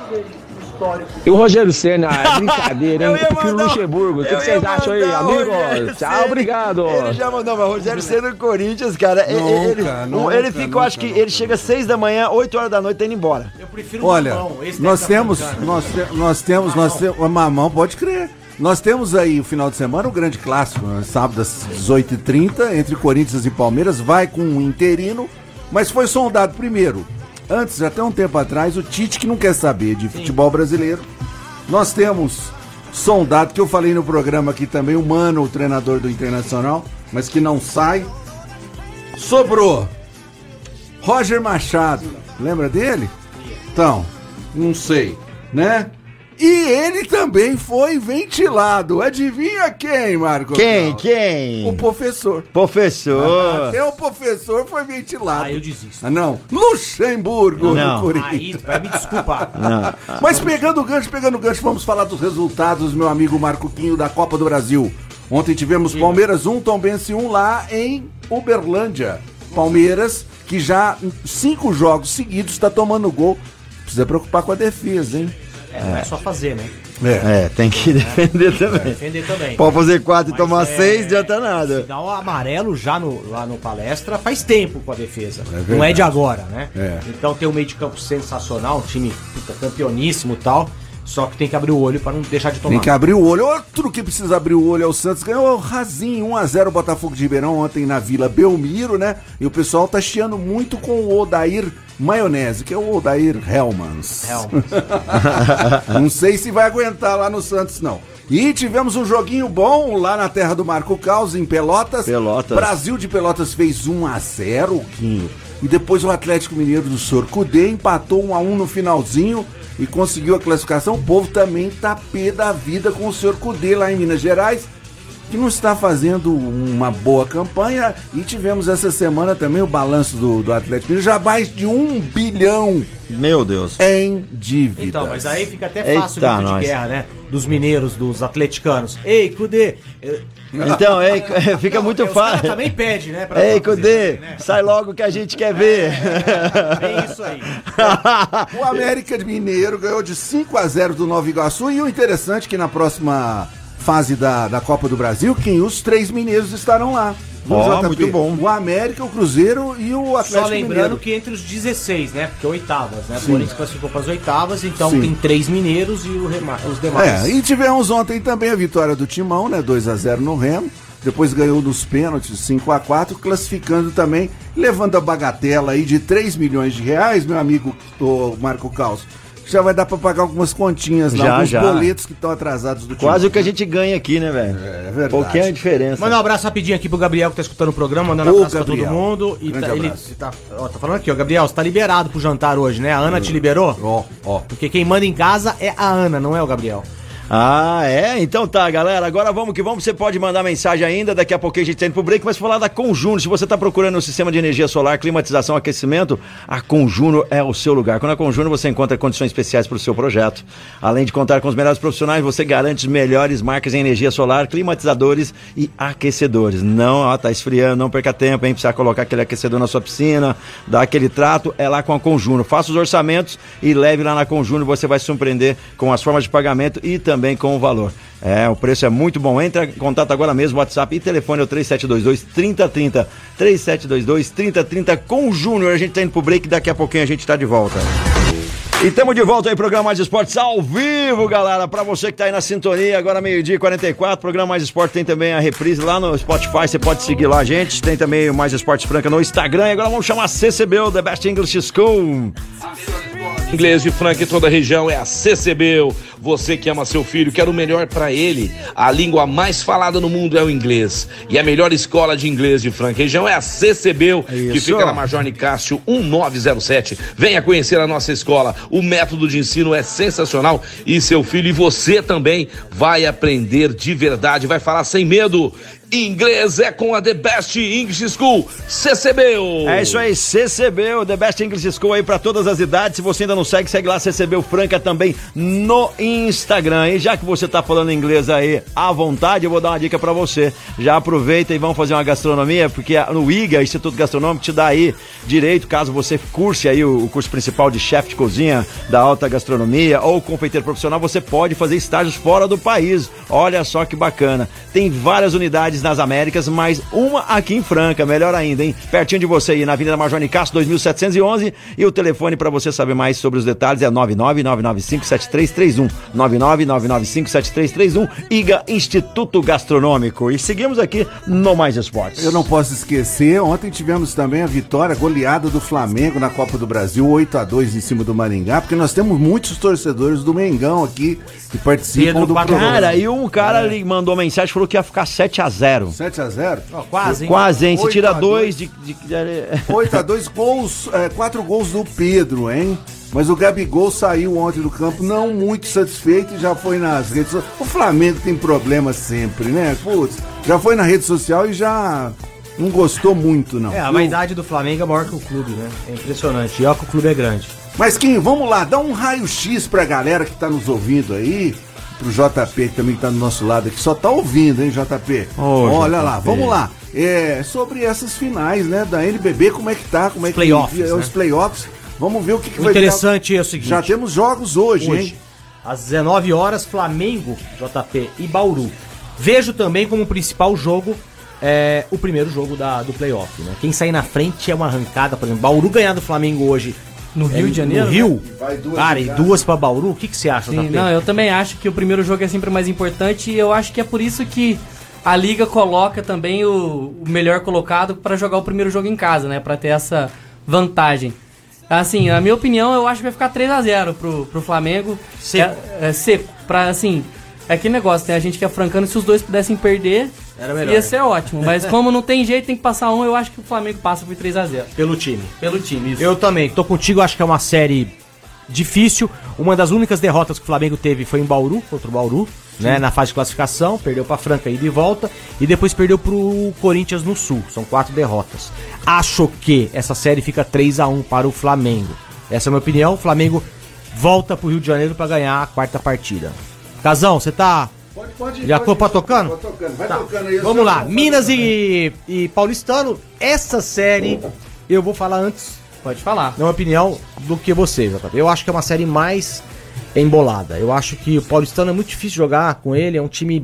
E o Rogério Ceni. Ah, é brincadeira, hein? Eu, eu prefiro o Luxemburgo. O que, que vocês acham aí, amigo? Tchau, obrigado. Ele já mandou, mas o Rogério Ceni do Corinthians, cara, Nunca, ele, nunca, ele fica, nunca, eu acho que nunca. ele chega às seis da manhã, oito horas da noite, tá indo embora. Eu prefiro Olha, Mamão, esse nós deve temos, tá brincando. nós, te- nós temos, nós temos, o Mamão, pode crer. Nós temos aí o final de semana o grande clássico, né? Sábado às dezoito e trinta, entre Corinthians e Palmeiras, vai com um interino, mas foi sondado primeiro. Antes, até um tempo atrás, o Tite, que não quer saber de futebol brasileiro. Nós temos sondado, que eu falei no programa aqui também, o Mano, o treinador do Internacional, mas que não sai. Sobrou Roger Machado, lembra dele? Então, não sei, né? E ele também foi ventilado. Adivinha quem, Marco? Quem? Caos? Quem? O professor. Professor. Até o professor foi ventilado. Ah, eu desisto. Ah, não. Luxemburgo Não. no Corinthians. Aí, vai me desculpar. Não. Mas pegando o gancho, pegando o gancho, vamos falar dos resultados, meu amigo Marco Quinho, da Copa do Brasil. Ontem tivemos Palmeiras um, Tombense um lá em Uberlândia. Palmeiras, que já em cinco jogos seguidos está tomando gol. Precisa preocupar com a defesa, hein? É, não é só fazer, né? É, tem que defender também. Defender também. Pode fazer quatro e Mas tomar é- seis, adianta Se nada. dá um amarelo já no, lá no palestra faz tempo com a defesa. verdade. não é de agora, né? É. Então tem um meio de campo sensacional, um time puta, campeoníssimo e tal. Só que tem que abrir o olho pra não deixar de tomar. Tem que abrir o olho. Outro que precisa abrir o olho é o Santos. Ganhou rasinho, um a zero o Botafogo de Ribeirão ontem na Vila Belmiro, né? E o pessoal tá chiando muito com o Odair Maionese, que é o Odair Hellmans. Hellmans. Não sei se vai aguentar lá no Santos, não. E tivemos um joguinho bom lá na terra do Marco Caos, em Pelotas. Pelotas. Brasil de Pelotas fez um a zero, Quinho. E depois o Atlético Mineiro do Sor Cudê empatou um a um no finalzinho e conseguiu a classificação. O povo também tá pé da vida com o Sor Cudê lá em Minas Gerais, que não está fazendo uma boa campanha. E tivemos essa semana também o balanço do, do Atlético Mineiro, já mais de um bilhão Meu Deus. em dívidas. Então, mas aí fica até fácil Eita, o grito de nós. guerra, né? Dos mineiros, dos atleticanos. Ei, Cudê! eu- Então, ei, fica muito Os caras fácil. também pedem, né? pra- Ei, pra Cudê, fazer, né? sai logo que a gente quer ver. É isso aí. O América Mineiro ganhou de cinco a zero do Nova Iguaçu. E o interessante é que na próxima fase da, da Copa do Brasil, que os três mineiros estarão lá. Ó, oh, muito bom. O América, o Cruzeiro e o Atlético Só lembrando Mineiro. que entre os dezesseis, né? Porque oitavas, né? O Corinthians classificou para as oitavas, então Sim. tem três mineiros e o rema- os demais. É, e tivemos ontem também a vitória do Timão, né? dois a zero no Remo. Depois ganhou nos pênaltis cinco a quatro, classificando também, levando a bagatela aí de três milhões de reais, meu amigo o Marco Caos. Já vai dar pra pagar algumas continhas lá, Já, alguns já. boletos que estão atrasados do time. Quase o que a gente ganha aqui, né, velho? É verdade. Pouquinho a diferença. Manda um abraço rapidinho aqui pro Gabriel que tá escutando o programa, mandando Ô, abraço Gabriel. pra todo mundo. E Grande tá, ele abraço. tá, ó, tá falando aqui, ó, Gabriel, você tá liberado pro jantar hoje, né? A Ana te liberou? Ó, ó. Porque quem manda em casa é a Ana, não é o Gabriel. Ah, é? Então tá, galera. Agora vamos que vamos. Você pode mandar mensagem ainda. Daqui a pouquinho a gente tá indo pro break, mas falar da Conjuno. Se você tá procurando um sistema de energia solar, climatização, aquecimento, a Conjuno é o seu lugar. Com a Conjuno você encontra condições especiais para o seu projeto. Além de contar com os melhores profissionais, você garante as melhores marcas em energia solar, climatizadores e aquecedores. Não, ó, tá esfriando, não perca tempo, hein? Precisa colocar aquele aquecedor na sua piscina, dar aquele trato, é lá com a Conjuno. Faça os orçamentos e leve lá na Conjuno. Você vai se surpreender com as formas de pagamento e também também com o valor. É, o preço é muito bom. Entra em contato agora mesmo, WhatsApp e telefone é o três sete dois dois, três zero três zero. três sete dois dois, três zero três zero com o Júnior. A gente tá indo pro break, daqui a pouquinho a gente tá de volta. E estamos de volta aí, programa Mais Esportes ao vivo, galera. Pra você que tá aí na sintonia, agora meio-dia e quarenta e quatro, programa Mais Esportes tem também a reprise lá no Spotify, você pode seguir lá a gente. Tem também o Mais Esportes Franca no Instagram. E agora vamos chamar C C B U, The Best English School. Inglês de Franca em toda a região é a C C B U. Você que ama seu filho, quer o melhor para ele. A língua mais falada no mundo é o inglês. E a melhor escola de inglês de Franca e região é a C C B U, que fica na Major Nicásio um nove zero sete. Venha conhecer a nossa escola. O método de ensino é sensacional e seu filho e você também vai aprender de verdade, vai falar sem medo. Inglês é com a The Best English School, C C B U. É isso aí, C C B U, The Best English School aí pra todas as idades. Se você ainda não segue, segue lá, C C B U Franca também no Instagram. E já que você tá falando inglês aí à vontade, eu vou dar uma dica pra você. Já aproveita e vamos fazer uma gastronomia, porque no I G A, Instituto Gastronômico, te dá aí direito, caso você curse aí o, o curso principal de chefe de cozinha da alta gastronomia ou confeiteiro profissional, você pode fazer estágios fora do país. Olha só que bacana. Tem várias unidades nas Américas, mais uma aqui em Franca, melhor ainda, hein? Pertinho de você aí, na Avenida Major Nicásio, dois mil setecentos e onze, e o telefone para você saber mais sobre os detalhes é nove nove nove nove cinco sete três três um, nove nove nove nove cinco sete três três um, I G A Instituto Gastronômico. E seguimos aqui no Mais Esportes. Eu não posso esquecer, ontem tivemos também a vitória goleada do Flamengo na Copa do Brasil, oito a dois em cima do Maringá, porque nós temos muitos torcedores do Mengão aqui que participam Pedro do Quadro. programa. Cara, e um cara é. mandou mensagem, falou que ia ficar sete a zero. sete a zero? Ó, quase, hein? Quase, hein? Se oito tira a dois dois. de... de, de... oito a dois gols, é, quatro gols do Pedro, hein? Mas o Gabigol saiu ontem do campo não muito satisfeito e já foi nas redes sociais. O Flamengo tem problema sempre, né? Putz, já foi na rede social e já não gostou muito, não. É, a viu? vaidade do Flamengo é maior que o clube, né? É impressionante. E olha que o clube é grande. Mas, Kim, vamos lá, dá um raio-x pra galera que tá nos ouvindo aí, pro J P que também tá do nosso lado aqui, só tá ouvindo, hein, J P? Ô, Olha J P. lá, vamos lá. É, sobre essas finais, né, da N B B, como é que tá? Como é que Playoffs, é, né? os playoffs. Vamos ver o que, que O vai interessante virar. é o seguinte. Já temos jogos hoje, Hoje, hein? às dezenove horas, Flamengo, J P e Bauru. Vejo também como principal jogo é, o primeiro jogo da, do playoff, né? Quem sair na frente é uma arrancada, por exemplo, Bauru ganhar do Flamengo hoje No Rio é, de Janeiro? No Rio? Vai duas Cara, e de casa. duas pra Bauru, o que, que você acha, Sim, J P? não, eu também acho que o primeiro jogo é sempre mais importante e eu acho que é por isso que a Liga coloca também o, o melhor colocado para jogar o primeiro jogo em casa, né? Pra ter essa vantagem. Assim, na minha opinião, eu acho que vai ficar três a zero pro, pro Flamengo. Seco. É, é seco. Pra, assim, é aquele negócio, tem a gente que é francano, se os dois pudessem perder, Era melhor. ia ser ótimo. Mas como não tem jeito, tem que passar um, eu acho que o Flamengo passa por três a zero. Pelo time. Pelo time, isso. Eu também, tô contigo, acho que é uma série difícil. Uma das únicas derrotas que o Flamengo teve foi em Bauru, contra o Bauru, né, na fase de classificação, perdeu pra Franca ida e volta, e depois perdeu pro Corinthians no Sul, são quatro derrotas. Acho que essa série fica três a um para o Flamengo. Essa é a minha opinião, o Flamengo volta pro Rio de Janeiro pra ganhar a quarta partida. Casão, você tá... Pode, pode, Já pode, tô tocando? Tô tocando. Vai Tá. tocando aí. Vamos lá, Minas e, e Paulistano, essa série eu vou falar antes, Pode falar. na minha opinião, do que você, J P. Eu acho que é uma série mais embolada. Eu acho que o Paulistano é muito difícil jogar com ele, é um time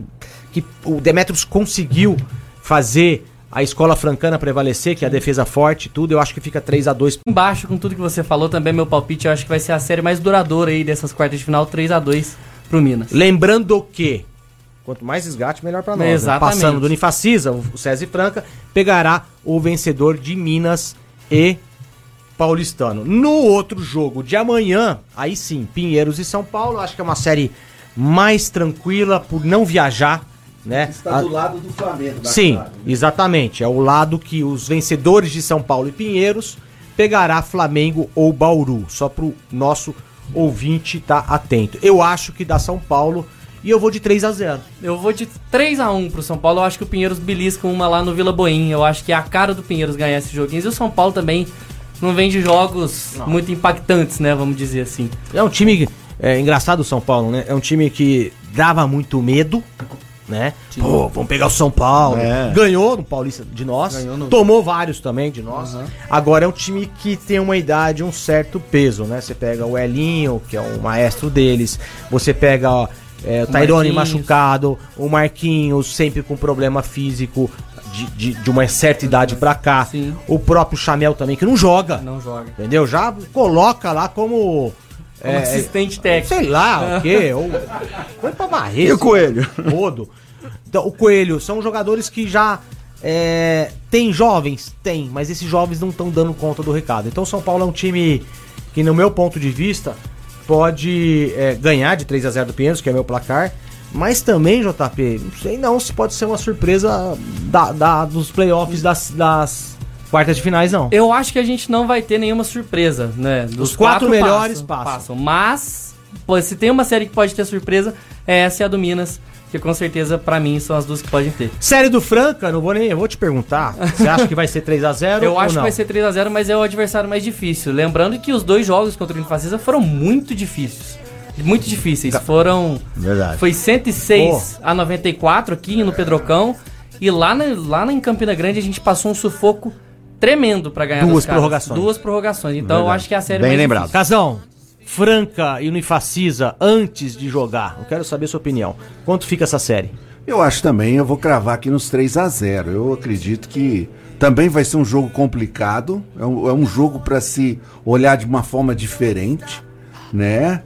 que o Demetrios conseguiu fazer a escola francana prevalecer, que é a defesa forte e tudo, eu acho que fica três a dois. Embaixo, com tudo que você falou, também meu palpite, eu acho que vai ser a série mais duradoura aí dessas quartas de final, três a dois pro Minas. Lembrando que, quanto mais desgaste, melhor pra nós. Exatamente. Né? Passando do Unifacisa, o César Franca pegará o vencedor de Minas e Paulistano. No outro jogo de amanhã, aí sim, Pinheiros e São Paulo, acho que é uma série mais tranquila por não viajar, né? Está do lado do Flamengo. Sim, cidade, né? Exatamente. É o lado que os vencedores de São Paulo e Pinheiros pegará Flamengo ou Bauru. Só pro nosso ouvinte estar tá atento. Eu acho que dá São Paulo e eu vou de três a zero. Eu vou de três a um pro São Paulo. Eu acho que o Pinheiros belisca uma lá no Vila Boim. Eu acho que é a cara do Pinheiros ganhar esses joguinhos. E o São Paulo também não vem de jogos não. muito impactantes, né? Vamos dizer assim. É um time... É engraçado o São Paulo, né? É um time que dava muito medo, né? Sim. Pô, vamos pegar o São Paulo. É. Ganhou no Paulista de nós. No... Tomou vários também de nós. Uhum. Agora é um time que tem uma idade, um certo peso, né? Você pega o Elinho, que é o maestro deles. Você pega ó, é, o, o Tairone machucado. O Marquinhos sempre com problema físico de, de, de uma certa idade pra cá. Sim. O próprio Chamel também, que não joga. Não joga. Entendeu? Já coloca lá como... Como é, assistente técnico. Sei lá, o quê? Ou, foi pra Barreto. E o Coelho? Todo. Então, o Coelho são jogadores que já é, tem jovens? Tem, mas esses jovens não estão dando conta do recado. Então o São Paulo é um time que, no meu ponto de vista, pode é, ganhar de três a zero do Pinheiros, que é meu placar, mas também, J P, não sei não se pode ser uma surpresa da, da, dos playoffs das... das quartas de finais, não. Eu acho que a gente não vai ter nenhuma surpresa, né? Os quatro, quatro melhores passam, passam. passam. Mas, pô, se tem uma série que pode ter surpresa, é essa e a do Minas, que com certeza, pra mim, são as duas que podem ter. Série do Franca, não vou nem... Eu vou te perguntar. Você acha que vai ser três a zero Eu ou acho não? que vai ser três a zero, mas é o adversário mais difícil. Lembrando que os dois jogos contra o Unifacisa foram muito difíceis. Muito difíceis. Foram... Verdade. Foi cento e seis a noventa e quatro aqui no Pedrocão. E lá, na, lá em Campina Grande a gente passou um sufoco tremendo pra ganhar duas prorrogações. Duas prorrogações. Então Verdade. eu acho que é a série Bem mais lembrado. difícil. Casão, Franca e Unifacisa antes de jogar. Eu quero saber a sua opinião. Quanto fica essa série? Eu acho também, eu vou cravar aqui nos três a zero. Eu acredito que também vai ser um jogo complicado. É um, é um jogo para se olhar de uma forma diferente, né?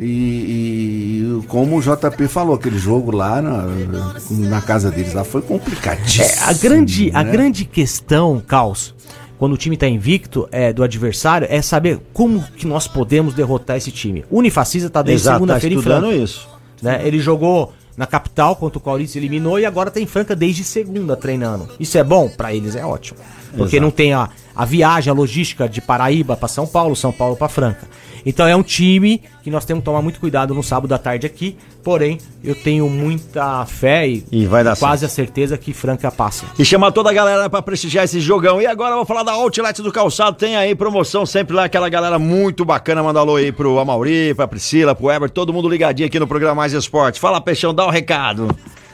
E, e como o J P falou, aquele jogo lá na, na casa deles lá foi complicadíssimo. É, a, grande, né? a grande questão, Caos, quando o time tá invicto é, do adversário, é saber como que nós podemos derrotar esse time. O Unifacisa tá desde segunda-feira em Franca. Isso. Né? Ele jogou na capital contra o Corinthians, eliminou e agora tá em Franca desde segunda treinando. Isso é bom? Pra eles é ótimo. Porque Exato. Não tem a, a viagem, a logística de Paraíba pra São Paulo, São Paulo pra Franca. Então é um time que nós temos que tomar muito cuidado no sábado à tarde aqui. Porém, eu tenho muita fé e, e vai dar quase certo. a certeza que Franca passa. E chamar toda a galera pra prestigiar esse jogão. E agora eu vou falar da Outlet do Calçado. Tem aí promoção sempre lá, aquela galera muito bacana. Manda alô aí pro Amauri, pra Priscila, pro Eber, todo mundo ligadinho aqui no programa Mais Esporte. Fala, Peixão, dá um recado.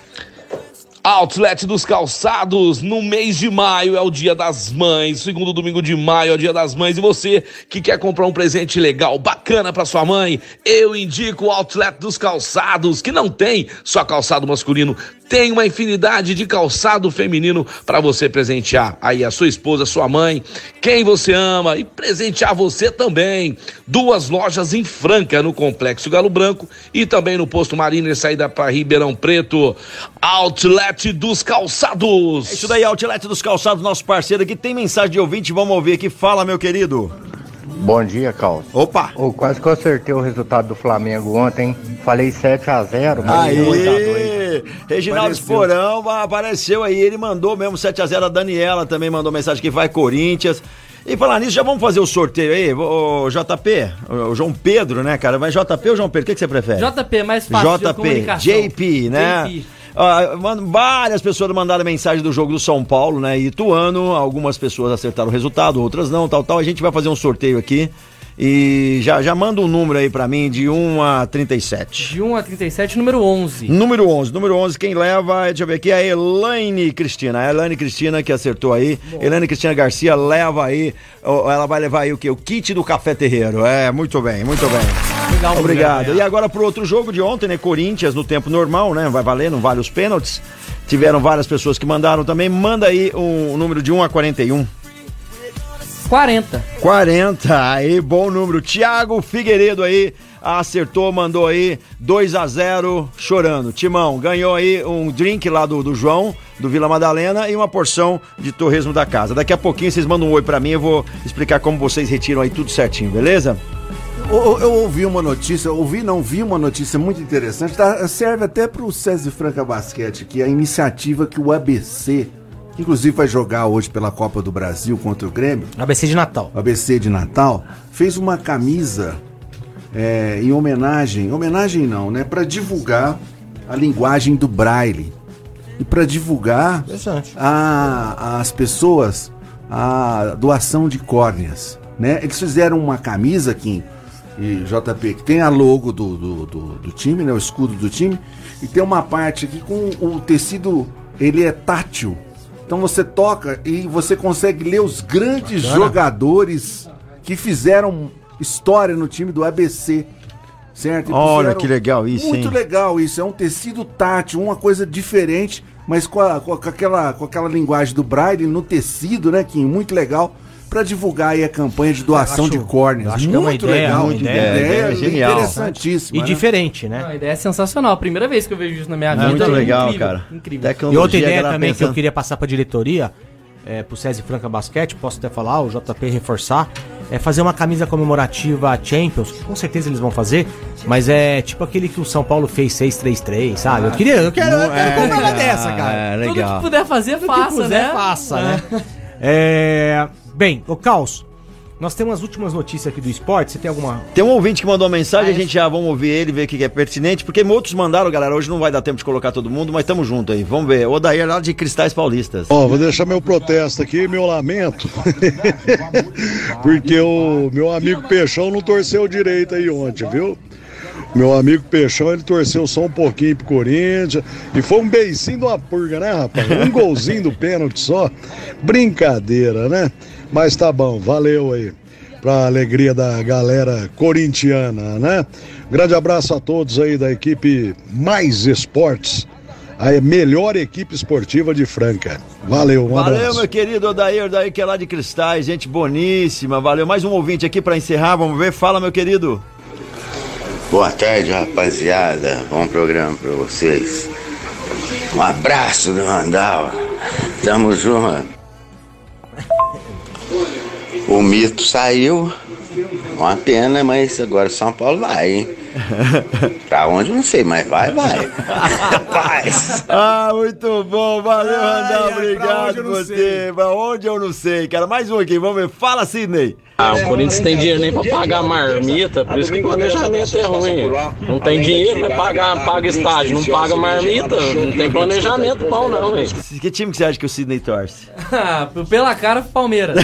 Outlet dos Calçados, no mês de maio é o dia das mães, segundo domingo de maio é o dia das mães, e você que quer comprar um presente legal, bacana pra sua mãe, eu indico o Outlet dos Calçados, que não tem só calçado masculino, tem uma infinidade de calçado feminino para você presentear aí a sua esposa, sua mãe, quem você ama e presentear você também. Duas lojas em Franca, no Complexo Galo Branco e também no Posto Mariner, saída para Ribeirão Preto. Outlet dos Calçados. É isso daí, Outlet dos Calçados, nosso parceiro aqui. Tem mensagem de ouvinte, vamos ouvir aqui. Fala, meu querido. Bom dia, Carlos. Opa! Oh, quase que eu acertei o resultado do Flamengo ontem. Falei sete a zero, mas aí, dois a dois. Reginaldo Esporão apareceu aí, ele mandou mesmo sete a zero. A Daniela também mandou mensagem que vai Corinthians. E falar nisso, já vamos fazer o sorteio aí, o J P, o João Pedro, né, cara? Vai J P ou João Pedro? O que, que você prefere? J P, mais fácil. J P, J P, né? J P. Uh, várias pessoas mandaram mensagem do jogo do São Paulo, né? Ituano, algumas pessoas acertaram o resultado, outras não, tal, tal. A gente vai fazer um sorteio aqui. E já, já manda um número aí pra mim de um a trinta e sete. De um a trinta e sete, número onze. Número onze, número onze, quem leva, deixa eu ver aqui, é a Elaine Cristina. A Elaine Cristina que acertou aí. Bom. Elaine Cristina Garcia leva aí, ela vai levar aí o quê? O kit do Café Terreiro. É, muito bem, muito bem. Legal, obrigado. E agora pro outro jogo de ontem, né? Corinthians no tempo normal, né? Vai valer, não vale os pênaltis. Tiveram várias pessoas que mandaram também. Manda aí o um número de um a quarenta e um. quarenta. quarenta, aí, bom número. Thiago Figueiredo aí, acertou, mandou aí dois a zero, chorando. Timão, ganhou aí um drink lá do, do João, do Vila Madalena, e uma porção de torresmo da casa. Daqui a pouquinho vocês mandam um oi pra mim, eu vou explicar como vocês retiram aí tudo certinho, beleza? Eu, eu ouvi uma notícia, ouvi não, vi uma notícia muito interessante, tá? Serve até pro César Franca Basquete, que é a iniciativa que o A B C, que inclusive vai jogar hoje pela Copa do Brasil contra o Grêmio. A B C de Natal. A B C de Natal, fez uma camisa é, em homenagem, homenagem não, né? Para divulgar a linguagem do Braille e para divulgar a, as pessoas a doação de córneas, né? Eles fizeram uma camisa aqui, e J P, que tem a logo do, do, do, do time, né? O escudo do time, e tem uma parte aqui com o tecido, ele é tátil. Então você toca e você consegue ler os grandes Bacana. jogadores que fizeram história no time do A B C, certo? E olha que legal isso, muito hein? Muito legal isso, é um tecido tátil, uma coisa diferente, mas com, a, com, aquela, com aquela linguagem do Braille no tecido, né, Kim? Muito legal. Pra divulgar aí a campanha de doação acho, de córneas. Acho que é uma ideia, legal, muito ideia, ideia, ideia, ideia genial. Interessantíssima. E né? diferente, né? Não, a ideia é sensacional. Primeira vez que eu vejo isso na minha é vida. Muito legal, incrível, cara. Incrível. E outra ideia também pensando... que eu queria passar pra diretoria, é, pro César Franca Basquete, posso até falar, o J P reforçar, é fazer uma camisa comemorativa Champions. Com certeza eles vão fazer, mas é tipo aquele que o São Paulo fez seis três três, sabe? Eu queria, eu quero, eu quero comprar uma dessa, cara. É, legal. Tudo que puder fazer, Tudo faça, que puder, né? faça, né? É... Bem, o Caos, nós temos as últimas notícias aqui do esporte. Você tem alguma... Tem um ouvinte que mandou uma mensagem, ah, a gente já vamos ouvir ele, ver o que é pertinente, porque outros mandaram, galera, hoje não vai dar tempo de colocar todo mundo, mas estamos junto aí, vamos ver. Odair lá de Cristais Paulistas. Ó, oh, vou deixar meu protesto aqui, meu lamento, porque o meu amigo Peixão não torceu direito aí ontem, viu? Meu amigo Peixão, ele torceu só um pouquinho pro Corinthians, e foi um beicinho de uma purga, né, rapaz? Um golzinho do pênalti só, brincadeira, né? Mas tá bom, valeu aí, pra alegria da galera corintiana, né? Grande abraço a todos aí da equipe Mais Esportes, a melhor equipe esportiva de Franca. Valeu, um valeu, abraço. Valeu, meu querido Odair, daí que é lá de Cristais, gente boníssima, valeu. Mais um ouvinte aqui pra encerrar, vamos ver, fala, meu querido. Boa tarde, rapaziada, bom programa pra vocês. Um abraço do Randall, tamo junto. O mito saiu, uma pena, mas agora São Paulo vai, hein? Pra onde não sei, mas vai, vai. Paz. Ah, muito bom, valeu, Randall, obrigado você. Pra onde eu não sei, cara. Mais um aqui, vamos ver. Fala, Sidney. Ah, o Corinthians tem dinheiro nem pra pagar marmita, por isso que o planejamento é ruim. Não tem dinheiro, vai pagar, paga estádio, não paga marmita, não tem planejamento bom não, velho. Que time que você acha que o Sidney torce? Pela cara, Palmeiras.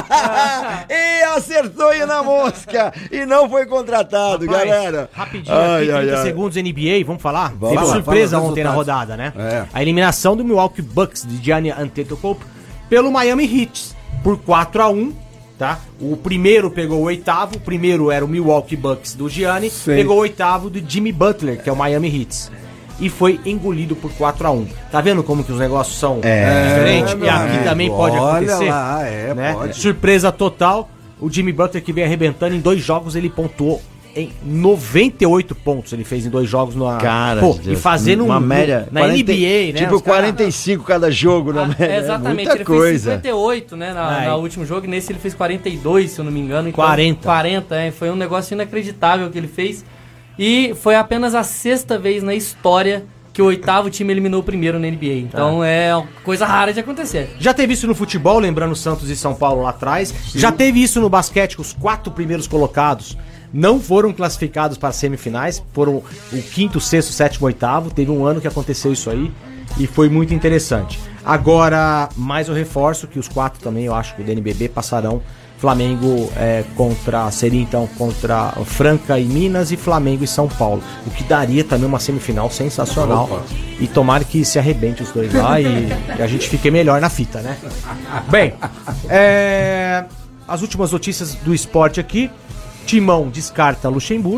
E acertou aí na mosca, e não foi contratado, rapaz, galera. Rapidinho, ai, aqui, ai, trinta ai. segundos N B A, vamos falar? Vamos Teve lá, surpresa ontem na rodada, né? É. A eliminação do Milwaukee Bucks de Giannis Antetokounmpo pelo Miami Heat por quatro a um. Tá? O primeiro pegou o oitavo, o primeiro era o Milwaukee Bucks do Gianni, Sim. pegou o oitavo do Jimmy Butler, que é o Miami Heat, e foi engolido por quatro a um. Tá vendo como que os negócios são é, diferentes? É, e aqui é, também pode acontecer. Lá, é, né? pode. Surpresa total, o Jimmy Butler, que vem arrebentando em dois jogos, ele pontuou em noventa e oito pontos, ele fez em dois jogos na... Cara, Pô, e fazendo uma um, média na quarenta, N B A, né? Tipo quarenta e cinco cara... cada jogo na ah, média. Exatamente, muita ele coisa. fez cinquenta e oito, né, na, na último jogo, e nesse ele fez quarenta e dois, se eu não me engano. Então, quarenta. quarenta, é, foi um negócio inacreditável que ele fez. E foi apenas a sexta vez na história que o oitavo time eliminou o primeiro na N B A. Então ah. é coisa rara de acontecer. Já teve isso no futebol, lembrando Santos e São Paulo lá atrás. Sim. Já teve isso no basquete, que os quatro primeiros colocados não foram classificados para as semifinais, foram o quinto, sexto, sétimo, oitavo. Teve um ano que aconteceu isso aí e foi muito interessante. Agora, mais eu reforço que os quatro também, eu acho que o D N B B passarão. Flamengo é, contra, seria então contra Franca e Minas, e Flamengo e São Paulo, o que daria também uma semifinal sensacional. Opa. E tomara que se arrebente os dois lá e, e a gente fique melhor na fita, né? Bem, é, as últimas notícias do esporte aqui. Timão descarta Luxemburgo,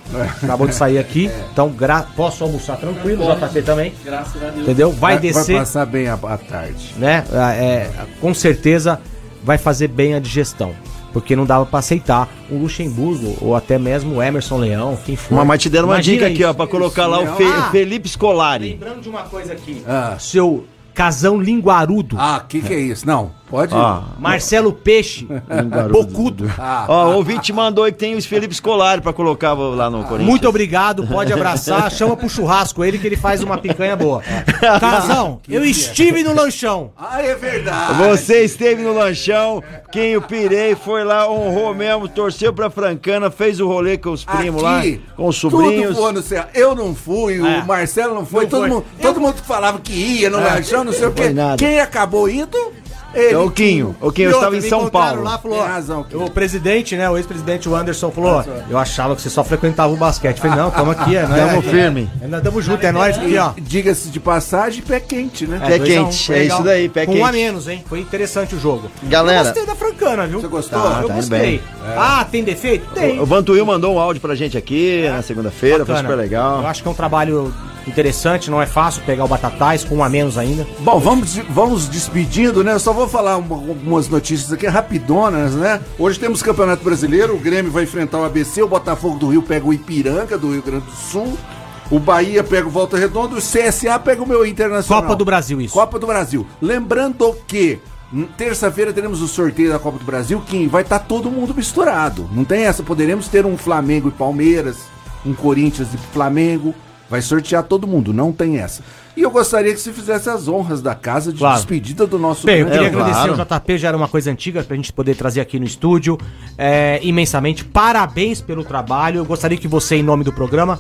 Acabou de sair aqui, então gra... posso almoçar tranquilo, o J P também. Graças a Deus. Entendeu? Vai, vai descer. Vai passar bem a, a tarde. Né? É, com certeza vai fazer bem a digestão. Porque não dava pra aceitar o Luxemburgo ou até mesmo o Emerson Leão, quem for. Mas, mas te deram uma Imagina dica aqui, isso. ó, pra colocar lá Isso, o Fe- ah, Felipe Scolari. Lembrando de uma coisa aqui. Ah. Seu Casão Linguarudo. Ah, o que que é isso? Não, pode... Ah. Marcelo Peixe. Bocudo. Ah, Ó, o ouvinte mandou aí que tem o Felipe Scolari pra colocar lá no Corinthians. Muito obrigado, pode abraçar, chama pro churrasco ele que ele faz uma picanha boa. Casão, eu estive no lanchão. Ah, é verdade. Você esteve no lanchão, quem o pirei foi lá, honrou mesmo, torceu pra Francana, fez o rolê com os primos lá, com os sobrinhos. Tudo voando certo. Eu não fui, É. o Marcelo não foi, Não todo, foi. Mundo, todo mundo falava que ia no lanchão, não sei o foi quê. nada. Quem acabou indo? Ele. É o Quinho. O Quinho, eu estava em São Paulo. Lá, falou, Tem razão, Quinho. o presidente, né, o ex-presidente o Anderson falou, eu achava que você só frequentava o basquete. Eu falei, não, tamo aqui, é nóis. Tamo firme. Ainda tamo junto, é nóis aqui, ó. Diga-se de passagem, pé quente, né? Pé dois a um, quente, foi é legal. isso daí, pé Com quente. um a menos, hein? Foi interessante o jogo. Galera- Eu gostei da Francana, viu? Você gostou? Tá, Tá eu indo gostei. bem. Ah, tem defeito? Tem. O Vantuil mandou um áudio pra gente aqui na segunda-feira, foi Bacana. super legal. Eu acho que é um trabalho interessante, não é fácil pegar o Batatais com um a menos ainda. Bom, vamos, vamos despedindo, né? Eu só vou falar uma- algumas notícias aqui rapidonas, né? Hoje temos Campeonato Brasileiro, o Grêmio vai enfrentar o A B C, o Botafogo do Rio pega o Ipiranga do Rio Grande do Sul, o Bahia pega o Volta Redonda, o C S A pega o meu Internacional. Copa do Brasil, isso. Copa do Brasil. Lembrando que hum, terça-feira teremos o sorteio da Copa do Brasil, que vai estar todo mundo misturado. Não tem essa, poderemos ter um Flamengo e Palmeiras, um Corinthians e Flamengo. Vai sortear todo mundo, não tem essa. E eu gostaria que se fizesse as honras da casa de Claro. despedida do nosso... Bem, eu queria É, agradecer claro. ao J P, já era uma coisa antiga pra gente poder trazer aqui no estúdio. É, imensamente, parabéns pelo trabalho. Eu gostaria que você, em nome do programa,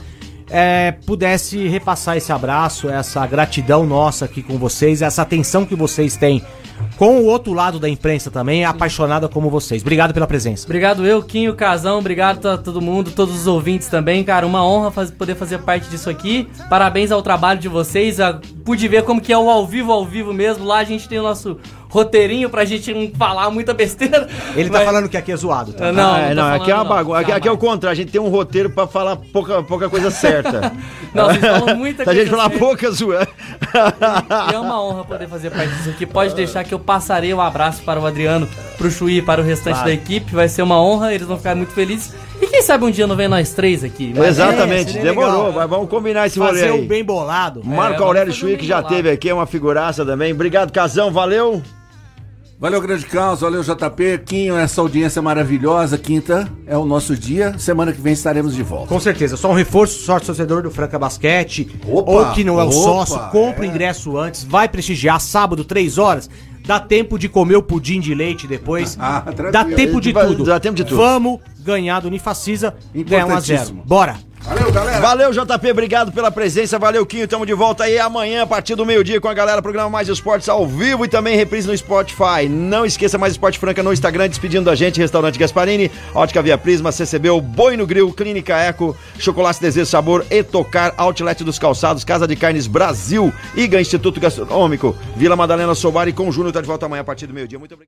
é, pudesse repassar esse abraço, essa gratidão nossa aqui com vocês, essa atenção que vocês têm com o outro lado da imprensa também, apaixonada como vocês. Obrigado pela presença. Obrigado eu, Quinho, Casão, obrigado a todo mundo, todos os ouvintes também, cara, uma honra faz- poder fazer parte disso aqui, parabéns ao trabalho de vocês, a- pude ver como que é o ao vivo, ao vivo mesmo, lá a gente tem o nosso roteirinho pra gente não falar muita besteira. Ele tá Mas- falando que aqui é zoado, tá? Não, Ah, é, não, não, tô aqui é uma falando, não, bagunça. Aqui, aqui é o jamais. contrário, a gente tem um roteiro pra falar pouca, pouca coisa certa. Não, vocês falam muita Se a gente coisa falar certa. pouca zoeira. E é uma honra poder fazer parte disso aqui. Pode deixar que eu passarei um abraço para o Adriano, pro Chuí e para o restante Claro. da equipe. Vai ser uma honra, eles vão ficar muito felizes. E quem sabe um dia não vem nós três aqui. Mas- Exatamente, seria demorou. legal. Vai- vamos combinar esse rolê Fazer aí. um bem bolado. Marco É, Aurélio vamos fazer Chuí, um que já bem bolado. teve aqui, é uma figuraça também. Obrigado, Casão, valeu. Valeu, Grande Caos, valeu, J P, Quinho, essa audiência maravilhosa. Quinta é o nosso dia, semana que vem estaremos de volta. Com certeza, só um reforço, sócio torcedor do Franca Basquete, Opa, ou que não é o opa, sócio, compra o é. ingresso antes, vai prestigiar, sábado, três horas, dá tempo de comer o pudim de leite depois, Ah, tranquilo. dá tempo de Vai- tudo. dá tempo de tudo. Vamos ganhar do Unifacisa, ganhar um a zero. Importantíssimo. Bora! Valeu, galera. Valeu, J P, obrigado pela presença. Valeu, Quinho, tamo de volta aí amanhã, a partir do meio-dia, com a galera, programa Mais Esportes ao vivo e também reprise no Spotify. Não esqueça, Mais Esporte Franca no Instagram, despedindo da gente, Restaurante Gasparini, Ótica Via Prisma, C C B, o Boi no Grill, Clínica Eco, Chocolate Desejo Sabor, Etocar, Outlet dos Calçados, Casa de Carnes Brasil, I G A Instituto Gastronômico, Vila Madalena Sobari com o Júnior, tá de volta amanhã a partir do meio-dia. Muito obrigado.